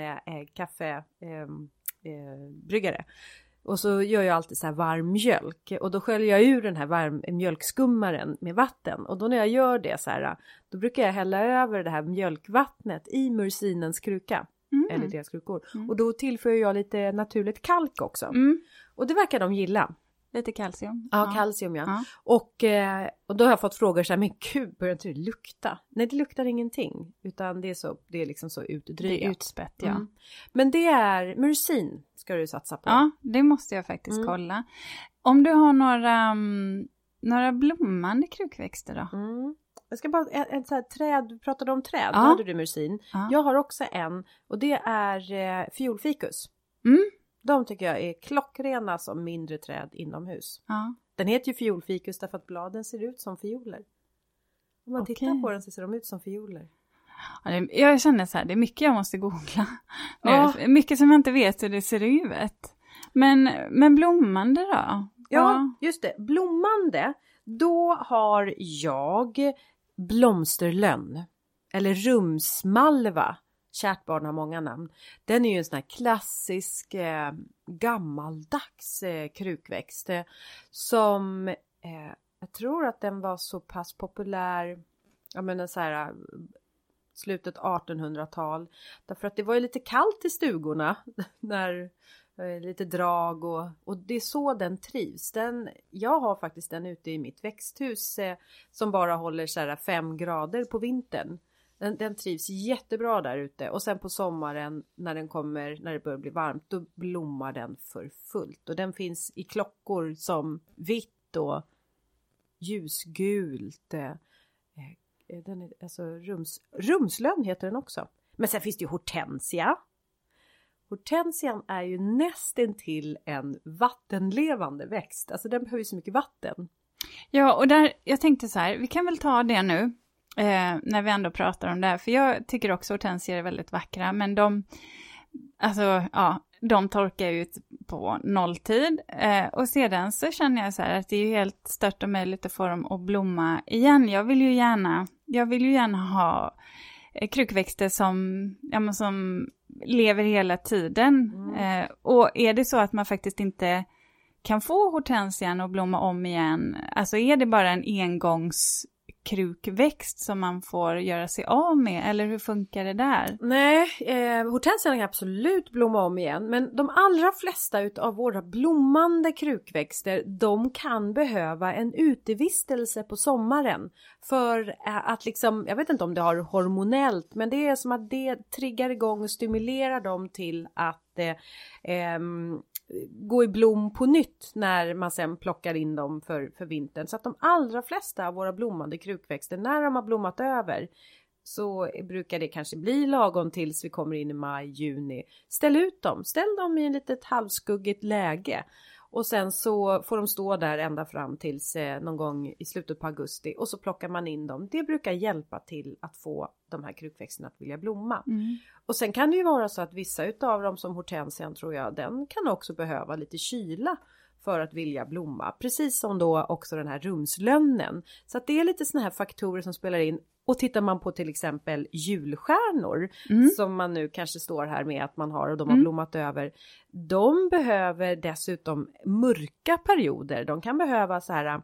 kaffebryggare. Och så gör jag alltid så här varm mjölk. Och då sköljer jag ur den här mjölkskummaren med vatten. Och då när jag gör det så här. Då brukar jag hälla över det här mjölkvattnet i myrsinens kruka. Eller deras krukor. Och då tillför jag lite naturligt kalk också. Och det verkar de gilla. Lite kalcium. Ja, kalcium ja. Och då har jag fått frågor så här, men gud, börjar inte det lukta? Nej, det luktar ingenting. Utan det är liksom så utdrygat. Det är utspätt, ja. Men det är myrsin ska du satsa på. Ja, det måste jag faktiskt kolla. Om du har några blommande krukväxter då? Jag ska bara, ett så här träd, du pratade om träd, då hade du myrsin. Jag har också en, och det är fiolfikus. De tycker jag är klockrena som mindre träd inomhus. Ja. Den heter ju fiolfikus därför att bladen ser ut som fioler. Om man tittar på den så ser de ut som fioler. Ja, jag känner så här, det är mycket jag måste googla. Mycket som jag inte vet hur det ser ut. Men blommande då? Ja, just det. Blommande, då har jag blomsterlönn. Eller rumsmalva. Kärt barn har många namn. Den är ju en sån här klassisk gammaldags krukväxt. Som jag tror att den var så pass populär. Jag menar så här slutet 1800-tal. Därför att det var ju lite kallt i stugorna. När lite drag och det är så den trivs. Jag har faktiskt den ute i mitt växthus som bara håller så här 5 grader på vintern. Den trivs jättebra där ute. Och sen på sommaren när det börjar bli varmt, då blommar den för fullt. Och den finns i klockor som vitt och ljusgult. Den är, alltså rumslön heter den också. Men sen finns det ju hortensia. Hortensian är ju nästintill en vattenlevande växt. Alltså den behöver ju så mycket vatten. Ja, och där, jag tänkte så här, vi kan väl ta det nu när vi ändå pratar om det här. För jag tycker också hortensier är väldigt vackra, men de torkar ut på nolltid. Och sedan så känner jag så här att det är ju helt stört och möjligt att få dem att blomma igen. Jag vill ju gärna ha krukväxter som lever hela tiden. Och är det så att man faktiskt inte kan få hortensian att blomma om igen, alltså är det bara en engångskrukväxt som man får göra sig av med, eller hur funkar det där? Nej, hortensian kan absolut blomma om igen, men de allra flesta av våra blommande krukväxter, de kan behöva en utevistelse på sommaren för att liksom, jag vet inte om det har hormonellt, men det är som att det triggar igång och stimulerar dem till att gå i blom på nytt när man sen plockar in dem för vintern. Så att de allra flesta av våra blommande krukväxter, när de har blommat över, så brukar det kanske bli lagom tills vi kommer in i maj, juni. Ställ dem i en litet halvskuggigt läge. Och sen så får de stå där ända fram tills någon gång i slutet på augusti. Och så plockar man in dem. Det brukar hjälpa till att få de här krukväxterna att vilja blomma. Och sen kan det ju vara så att vissa utav dem, som hortensian tror jag, den kan också behöva lite kyla för att vilja blomma. Precis som då också den här rumslönnen. Så att det är lite såna här faktorer som spelar in. Och tittar man på till exempel julstjärnor som man nu kanske står här med att man har och de har blommat över. De behöver dessutom mörka perioder. De kan behöva så här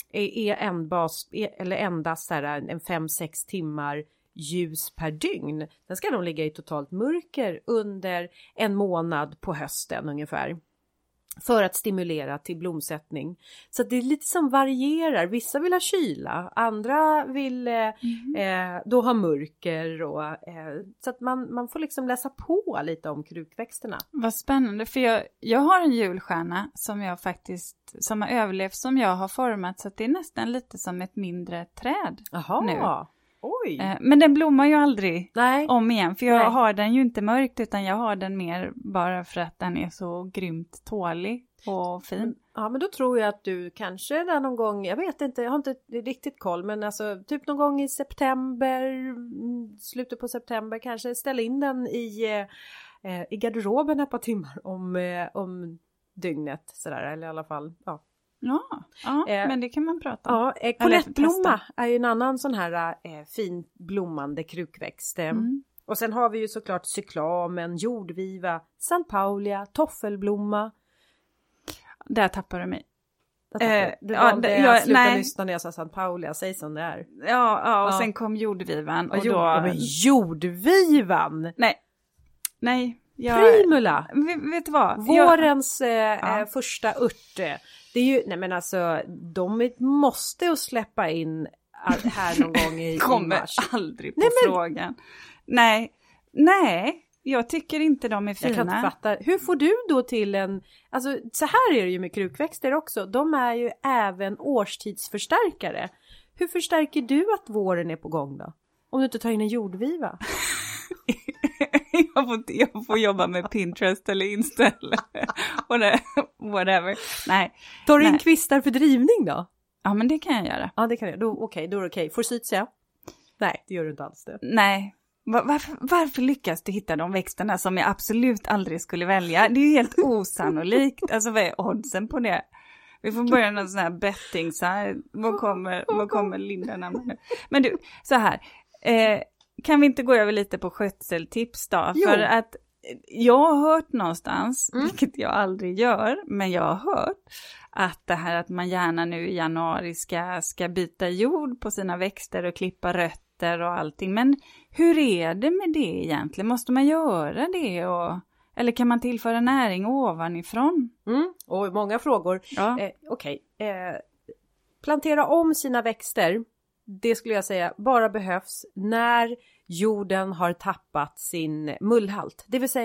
endast så här en 5-6 timmar ljus per dygn. Sen ska de ligga i totalt mörker under en månad på hösten ungefär. För att stimulera till blomsättning. Så det är lite som varierar. Vissa vill ha kyla. Andra vill då ha mörker. Så att man får liksom läsa på lite om krukväxterna. Vad spännande. För jag har en julstjärna som har överlevt, som jag har format. Så att det är nästan lite som ett mindre träd. Aha. Nu. Oj. Men den blommar ju aldrig om igen. För jag Nej. har den ju inte mörkt, utan jag har den mer bara för att den är så grymt tålig och fin. Ja, men då tror jag att du kanske där någon gång, jag vet inte, jag har inte riktigt koll, men alltså typ någon gång i september, slutet på september kanske, ställa in den i garderoben ett par timmar om dygnet sådär, eller i alla fall, ja. Ja, men det kan man prata om. Ja, kornettblomma är ju en annan sån här fin blommande krukväxt. Och sen har vi ju såklart cyklamen, jordviva, St. Paulia, toffelblomma. Där tappar du mig. Jag slutade lyssna när jag sa St. Paulia, säg som det är. Ja, och sen kom jordvivan. Men jordvivan! Nej. Primula! Vet du vad? Vårens första ört. Det är ju, nej men alltså, de måste ju släppa in här någon gång i kommer mars. Aldrig på frågan. Nej, jag tycker inte de är fina. Jag kan inte fatta. Hur får du då till alltså så här är det ju med krukväxter också. De är ju även årstidsförstärkare. Hur förstärker du att våren är på gång då? Om du inte tar in en jordviva? jag får jobba med Pinterest eller Insta eller whatever. Nej. Tar du in kvistar för drivning då? Ja, men det kan jag göra. Ja, det kan jag. Då är det okej. Forsythia? Nej, det gör du inte alls det. Nej. Varför lyckas du hitta de växterna som jag absolut aldrig skulle välja? Det är ju helt osannolikt. Alltså vad är oddsen på det? Vi får börja någon sån här betting. Så här. Vad kommer Linda namna nu? Men du, så här. Kan vi inte gå över lite på skötseltips då? Jo. För att jag har hört någonstans, vilket jag aldrig gör, men jag har hört att det här att man gärna nu i januari ska byta jord på sina växter och klippa rötter och allting. Men hur är det med det egentligen? Måste man göra det? Eller kan man tillföra näring ovanifrån? Och många frågor. Ja. Plantera om sina växter. Det skulle jag säga bara behövs när jorden har tappat sin mullhalt. Det vill säga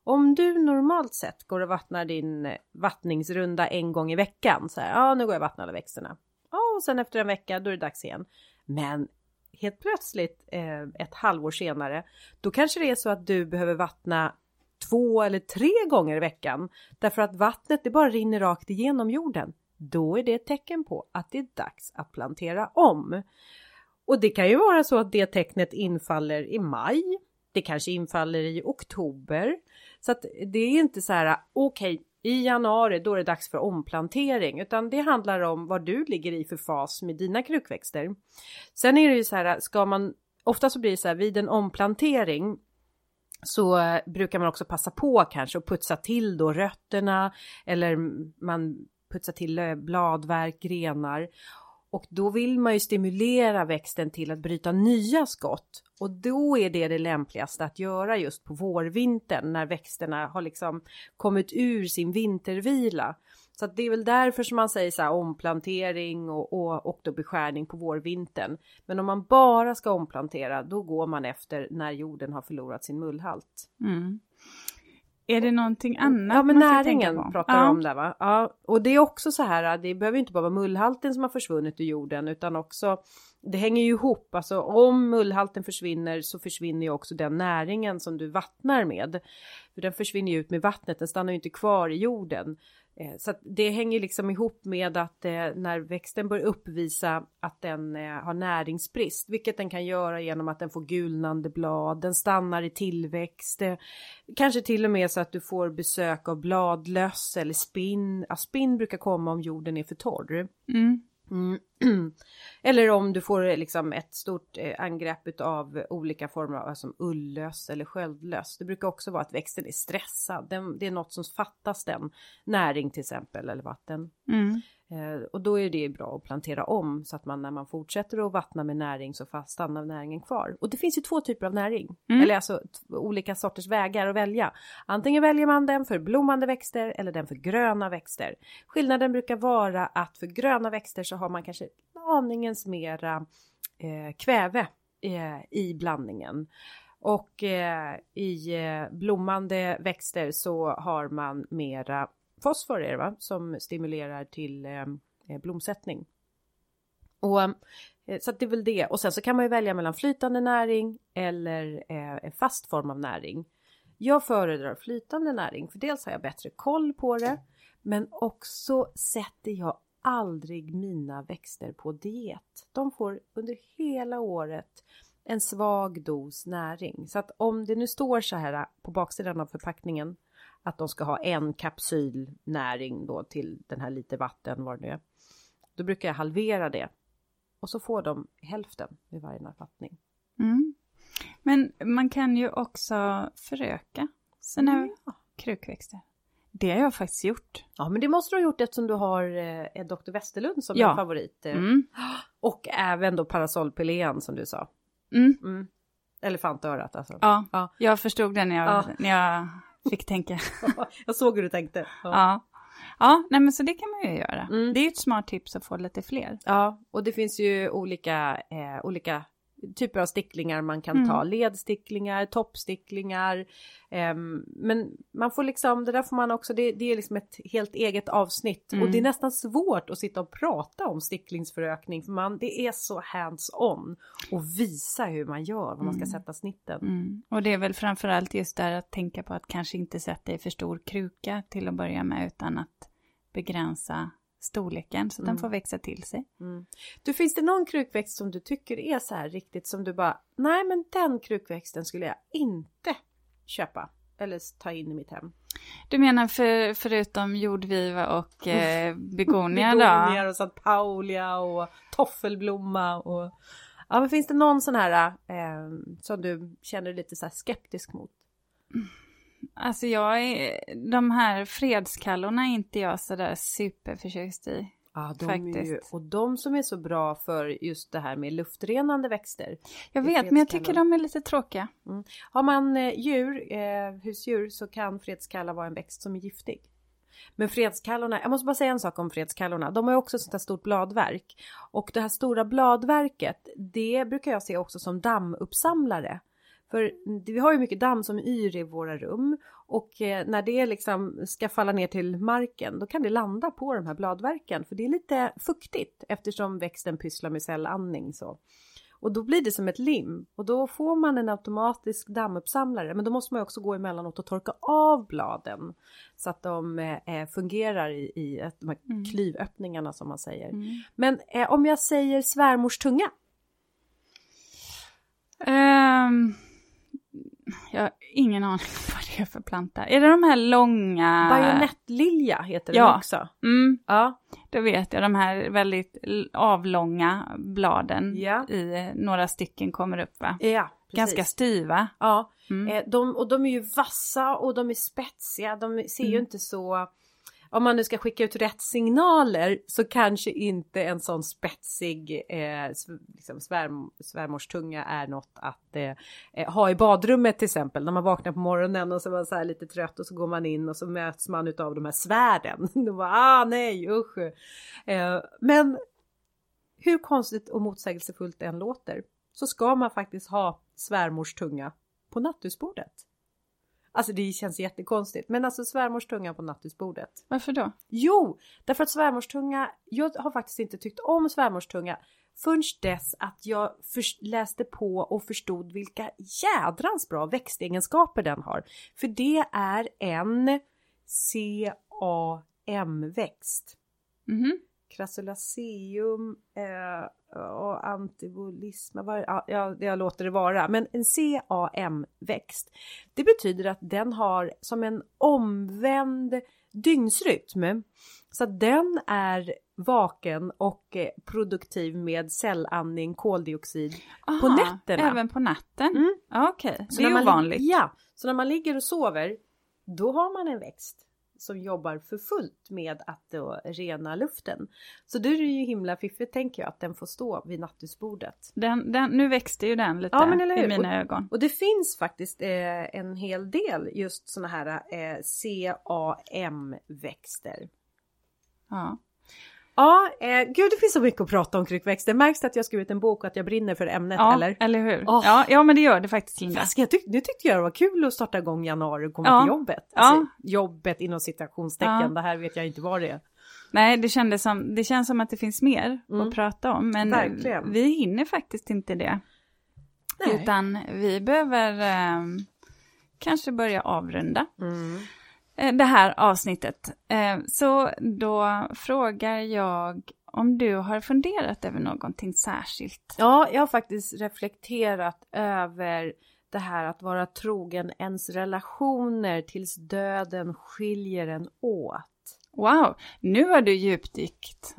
Om du normalt sett går och vattnar din vattningsrunda en gång i veckan. Så här, nu går jag och vattnar alla växterna. Och sen efter en vecka då är det dags igen. Men helt plötsligt ett halvår senare. Då kanske det är så att du behöver vattna 2 eller 3 gånger i veckan. Därför att vattnet det bara rinner rakt igenom jorden. Då är det ett tecken på att det är dags att plantera om. Och det kan ju vara så att det tecknet infaller i maj. Det kanske infaller i oktober. Så att det är inte så här, okej, i januari då är det dags för omplantering. Utan det handlar om vad du ligger i för fas med dina krukväxter. Sen är det ju så här, ofta så blir det så här, vid en omplantering så brukar man också passa på kanske att putsa till då rötterna. Eller man putsar till bladverk, grenar. Och då vill man ju stimulera växten till att bryta nya skott. Och då är det lämpligaste att göra just på vårvintern. När växterna har liksom kommit ur sin vintervila. Så att det är väl därför som man säger så här omplantering och då beskärning på vårvintern. Men om man bara ska omplantera då går man efter när jorden har förlorat sin mullhalt. Mm. Är det någonting annat? Ja, men näringen pratar om där va? Ja, och det är också så här, det behöver inte bara vara mullhalten som har försvunnit ur jorden utan också, det hänger ju ihop. Alltså om mullhalten försvinner så försvinner ju också den näringen som du vattnar med. För den försvinner ju ut med vattnet, den stannar ju inte kvar i jorden. Så att det hänger liksom ihop med att när växten börjar uppvisa att den har näringsbrist, vilket den kan göra genom att den får gulnande blad, den stannar i tillväxt, kanske till och med så att du får besök av bladlöss eller spinn. Ja, spinn brukar komma om jorden är för torr. Eller om du får liksom ett stort angrepp av olika former av som ullöss eller sköldlöss. Det brukar också vara att växten är stressad. Det är något som fattas den. Näring till exempel eller vatten. Och då är det bra att plantera om så att man när man fortsätter att vattna med näring så stannar näringen kvar. Och det finns ju 2 typer av näring. Eller alltså olika sorters vägar att välja. Antingen väljer man den för blommande växter eller den för gröna växter. Skillnaden brukar vara att för gröna växter så har man kanske aningens mera kväve i blandningen. Och i blommande växter så har man mera fosfor är det va? Som stimulerar till blomsättning. Och så att det är väl det. Och sen så kan man ju välja mellan flytande näring eller en fast form av näring. Jag föredrar flytande näring för dels har jag bättre koll på det. Men också sätter jag aldrig mina växter på diet. De får under hela året en svag dos näring. Så att om det nu står så här på baksidan av förpackningen att de ska ha 1 kapsyl näring då till den här lite vatten var det är. Då brukar jag halvera det. Och så får de hälften i varje nattvattning. Men man kan ju också föröka sina krukväxter. Det har jag faktiskt gjort. Ja, men det måste du ha gjort eftersom du har Dr. Westerlund som en favorit. Och även då parasolpelean som du sa. Elefantörat alltså. Ja, jag förstod det när jag fick tänka. Jag såg hur du tänkte. Ja, nej men så det kan man ju göra. Det är ett smart tips att få lite fler. Ja, och det finns ju olika typer av sticklingar man kan ta. Ledsticklingar, toppsticklingar. Men man får liksom, det där får man också, det är liksom ett helt eget avsnitt. Och det är nästan svårt att sitta och prata om sticklingsförökning. För det är så hands-on. Och visa hur man gör, vad man ska sätta snitten. Och det är väl framförallt just där att tänka på att kanske inte sätta i för stor kruka till att börja med. Utan att begränsa storleken så att den får växa till sig. Du, finns det någon krukväxt som du tycker är så här riktigt som du bara, nej men den krukväxten skulle jag inte köpa eller ta in i mitt hem? Du menar förutom jordviva och begonia då? Begonier och St. Paulia och toffelblomma och ja, men finns det någon sån här som du känner lite så här skeptisk mot? Alltså de här fredskallorna är inte jag så där superförtjust i. Ja, och de som är så bra för just det här med luftrenande växter. Jag vet, men jag tycker de är lite tråkiga. Har man husdjur så kan fredskalla vara en växt som är giftig. Men fredskallorna, jag måste bara säga en sak om fredskallorna. De har ju också sånt här stort bladverk. Och det här stora bladverket, det brukar jag se också som dammuppsamlare. För vi har ju mycket damm som yr i våra rum Och när det liksom ska falla ner till marken, då kan det landa på de här bladverken. För det är lite fuktigt eftersom växten pysslar med cellandning så. Och då blir det som ett lim. Och då får man en automatisk dammuppsamlare. Men då måste man också gå emellanåt och torka av bladen. Så att de fungerar i de här klyvöppningarna som man säger. Men om jag säger svärmors tunga? Jag har ingen aning vad det är för planta. Är det de här långa... Bajonettlilja heter det också. Ja, då vet jag. De här väldigt avlånga bladen i några stycken kommer upp, va? Ja, precis. Ganska styva. Ja, de är ju vassa och de är spetsiga. De ser ju inte så... Om man nu ska skicka ut rätt signaler så kanske inte en sån spetsig liksom svärmorstunga är något att ha i badrummet till exempel. När man vaknar på morgonen och så var så här lite trött och så går man in och så möts man utav de här svärden. Då var nej usch. Men hur konstigt och motsägelsefullt det än låter så ska man faktiskt ha svärmorstunga på nattduksbordet. Alltså det känns jättekonstigt. Men alltså svärmorstunga på nattduksbordet. Varför då? Jo, därför att svärmorstunga... Jag har faktiskt inte tyckt om svärmorstunga förrän dess att jag läste på och förstod vilka jädrans bra växtegenskaper den har. För det är en CAM-växt. Crassulaceum och antibolisma. Jag låter det vara. Men en CAM-växt. Det betyder att den har som en omvänd dygnsrytm. Så att den är vaken och produktiv med cellandning, koldioxid på nätterna. Även på natten? Okej. Det är ovanligt. Så när man ligger och sover, då har man en växt som jobbar för fullt med att då rena luften. Så då är det ju himla fiffigt, tänker jag, att den får stå vid nattduksbordet. Nu växte ju den lite i mina ögon. Och det finns faktiskt en hel del just såna här CAM-växter. Ja. Ja, gud det finns så mycket att prata om krukväxter. Märks det att jag skrivit en bok och att jag brinner för ämnet, eller? Eller hur? Ja, men det gör det faktiskt, Linda. Fast nu tyckte jag det var kul att starta igång januari och komma till jobbet. Alltså, jobbet inom citationstecken, det här vet jag inte vad det är. Nej, det känns som att det finns mer att prata om. Men verkligen. Vi hinner faktiskt inte det. Nej. Utan vi behöver kanske börja avrunda. Det här avsnittet. Så då frågar jag om du har funderat över någonting särskilt. Ja, jag har faktiskt reflekterat över det här att vara trogen ens relationer tills döden skiljer en åt. Wow, nu har du djupdykt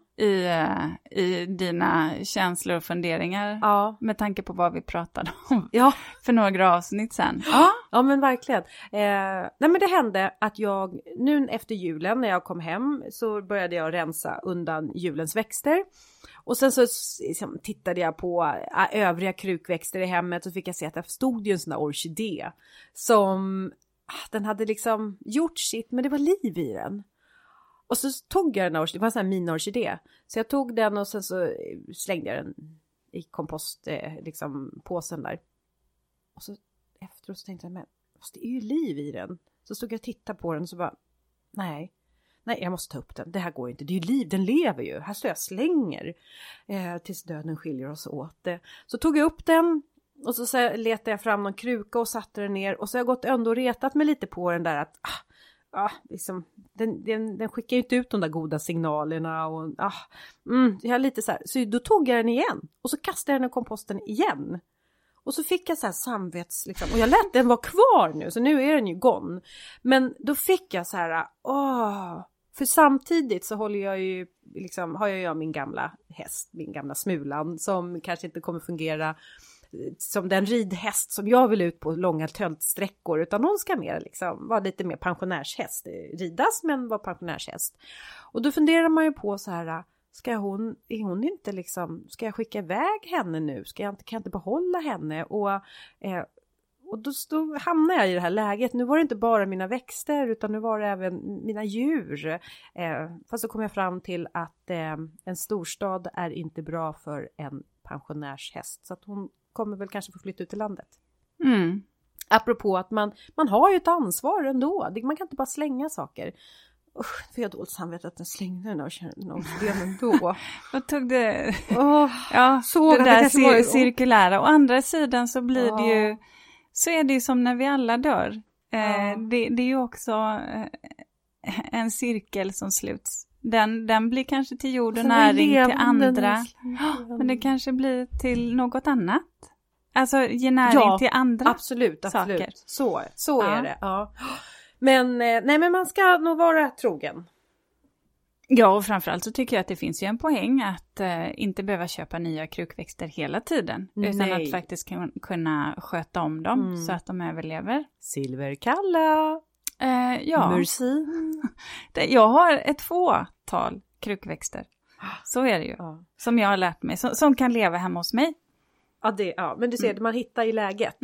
i dina känslor och funderingar med tanke på vad vi pratade om för några avsnitt sedan. Ja, men verkligen. Nej, men det hände att jag, nu efter julen när jag kom hem så började jag rensa undan julens växter. Och sen så tittade jag på övriga krukväxter i hemmet och fick jag se att det stod ju en sån där orkidé som den hade liksom gjort sitt, men det var liv i den. Och så tog jag den här, det var en sån här mini-orkidé. Så jag tog den och sen så slängde jag den i kompost, liksom påsen där. Och så efteråt så tänkte jag, men det är ju liv i den. Så stod jag och tittade på den och så bara, nej, jag måste ta upp den. Det här går inte, det är ju liv, den lever ju. Här står jag och slänger tills döden skiljer oss åt. Så tog jag upp den och så letade jag fram någon kruka och satte den ner. Och så har jag gått ändå och retat mig lite på den där att... liksom, den skickar ju inte ut de där goda signalerna och jag har lite så här, så då tog jag den igen och så kastade jag den i komposten igen och så fick jag så här samvets liksom, och jag lät den vara kvar nu så nu är den ju gone, men då fick jag så här för samtidigt så håller jag ju liksom, har jag min gamla häst, min gamla Smulan som kanske inte kommer fungera som den ridhäst som jag vill ut på långa töltsträckor, utan hon ska mer liksom vara lite mer pensionärshäst, ridas men vara pensionärshäst. Och då funderar man ju på så här, är hon inte liksom, ska jag skicka iväg henne nu, kan jag inte behålla henne, och då hamnar jag i det här läget. Nu var det inte bara mina växter utan nu var det även mina djur. Fast så kom jag fram till att en storstad är inte bra för en pensionärshäst, så att hon kommer väl kanske få flytta ut till landet. apropå att man har ju ett ansvar ändå. Man kan inte bara slänga saker. Usch, för jag dåligt samvete att den slängde den och kände ändå. Vad tog det? Ja, så det där cirkulära. Å andra sidan så blir det ju, så är det ju som när vi alla dör. Det är ju också en cirkel som sluts. Den blir kanske till jord och näring till andra. Men det kanske blir till något annat. Alltså ge näring till andra saker. Så är det. Ja. Men man ska nog vara trogen. Ja, och framförallt så tycker jag att det finns ju en poäng att inte behöva köpa nya krukväxter hela tiden. Utan att faktiskt kunna sköta om dem så att de överlever. Silverkalla. Merci. Jag har ett fåtal krukväxter. Så är det ju. Som jag har lärt mig. Som kan leva hemma hos mig. Men du ser, man hittar i läget.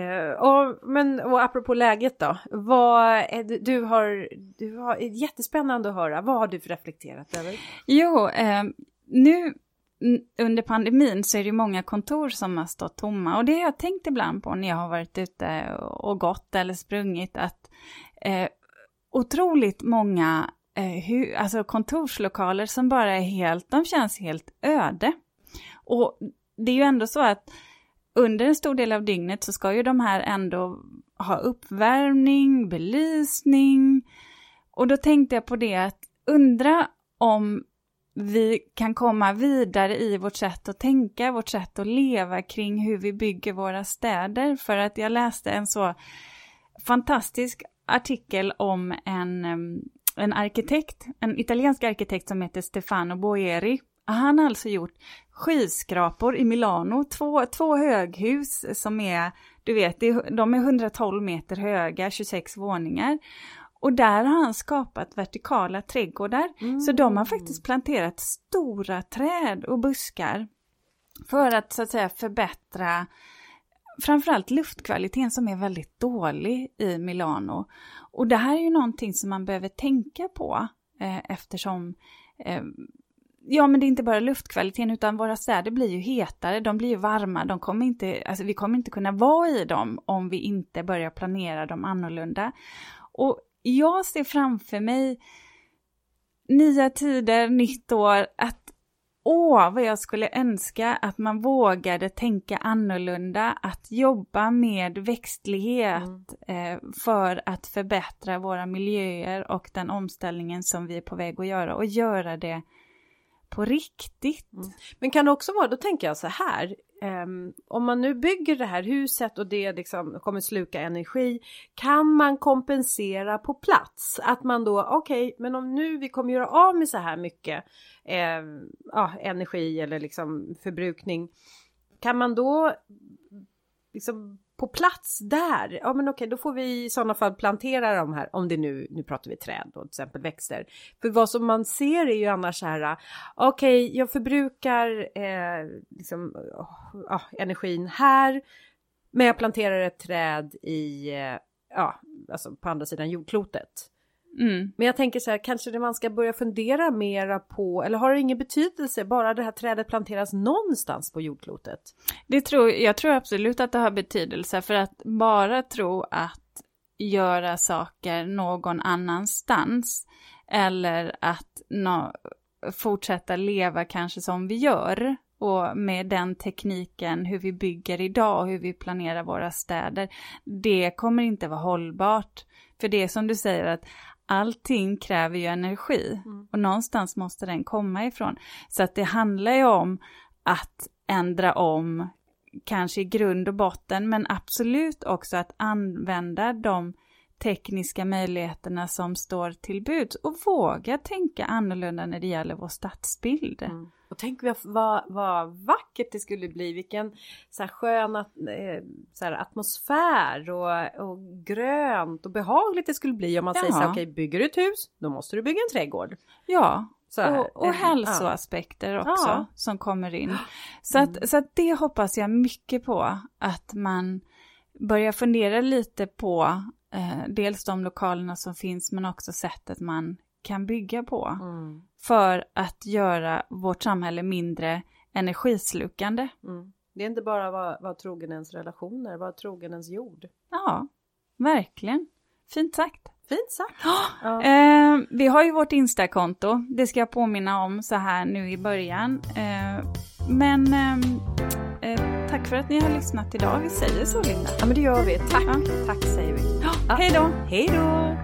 Och apropå läget då. Du har jättespännande att höra. Vad har du reflekterat över? Jo, nu under pandemin så är det många kontor som har stått tomma. Och det har jag tänkt ibland på när jag har varit ute och gått eller sprungit. Att otroligt många alltså kontorslokaler som bara är de känns helt öde. Och det är ju ändå så att under en stor del av dygnet så ska ju de här ändå ha uppvärmning, belysning. Och då tänkte jag på det att undra om vi kan komma vidare i vårt sätt att tänka, vårt sätt att leva kring hur vi bygger våra städer. För att jag läste en så fantastisk artikel om en arkitekt, en italiensk arkitekt som heter Stefano Boeri. Han har alltså gjort skyskrapor i Milano, två höghus som är, du vet, de är 112 meter höga, 26 våningar. Och där har han skapat vertikala trädgårdar. Så de har faktiskt planterat stora träd och buskar för att så att säga förbättra framförallt luftkvaliteten som är väldigt dålig i Milano. Och det här är ju någonting som man behöver tänka på eftersom men det är inte bara luftkvaliteten utan våra städer blir ju hetare, de blir ju varma, vi kommer inte kunna vara i dem om vi inte börjar planera dem annorlunda. Och jag ser framför mig nya tider, nytt år, att vad jag skulle önska att man vågade tänka annorlunda, att jobba med växtlighet för att förbättra våra miljöer och den omställningen som vi är på väg att göra och göra det på riktigt. Men kan det också vara, då tänker jag så här, om man nu bygger det här huset och det liksom kommer sluka energi, kan man kompensera på plats? Att man då, men om nu vi kommer göra av med så här mycket energi eller liksom förbrukning, kan man då liksom på plats där, då får vi i sådana fall plantera de här, om det nu pratar vi träd då, till exempel växter. För vad som man ser är ju annars så här, jag förbrukar energin här, men jag planterar ett träd i, alltså på andra sidan jordklotet. Men jag tänker så här, kanske det man ska börja fundera mera på, eller har det ingen betydelse bara det här trädet planteras någonstans på jordklotet? Jag tror absolut att det har betydelse, för att bara tro att göra saker någon annanstans eller att fortsätta leva kanske som vi gör och med den tekniken hur vi bygger idag och hur vi planerar våra städer, det kommer inte vara hållbart. För det är som du säger att allting kräver ju energi och någonstans måste den komma ifrån. Så att det handlar ju om att ändra om kanske i grund och botten, men absolut också att använda de tekniska möjligheterna som står till buds och våga tänka annorlunda när det gäller vår stadsbild. Och tänk vad vackert det skulle bli, vilken så här skön så här atmosfär och grönt och behagligt det skulle bli om man säger så här, bygger du ett hus, då måste du bygga en trädgård. Ja, och hälsoaspekter också som kommer in. Så att det hoppas jag mycket på, att man börjar fundera lite på dels de lokalerna som finns, men också sättet man kan bygga på för att göra vårt samhälle mindre energislukande. Det är inte bara vara trogen ens relationer, vara trogen ens jord. Ja, verkligen. Fint sagt. Fint sagt. Ja. Vi har ju vårt Insta-konto. Det ska jag påminna om så här nu i början. Men tack för att ni har lyssnat idag. Vi säger så, Linda. Ja, men det gör vi. Tack. Ja. Tack säger vi. Ja. Hej då. Hej då.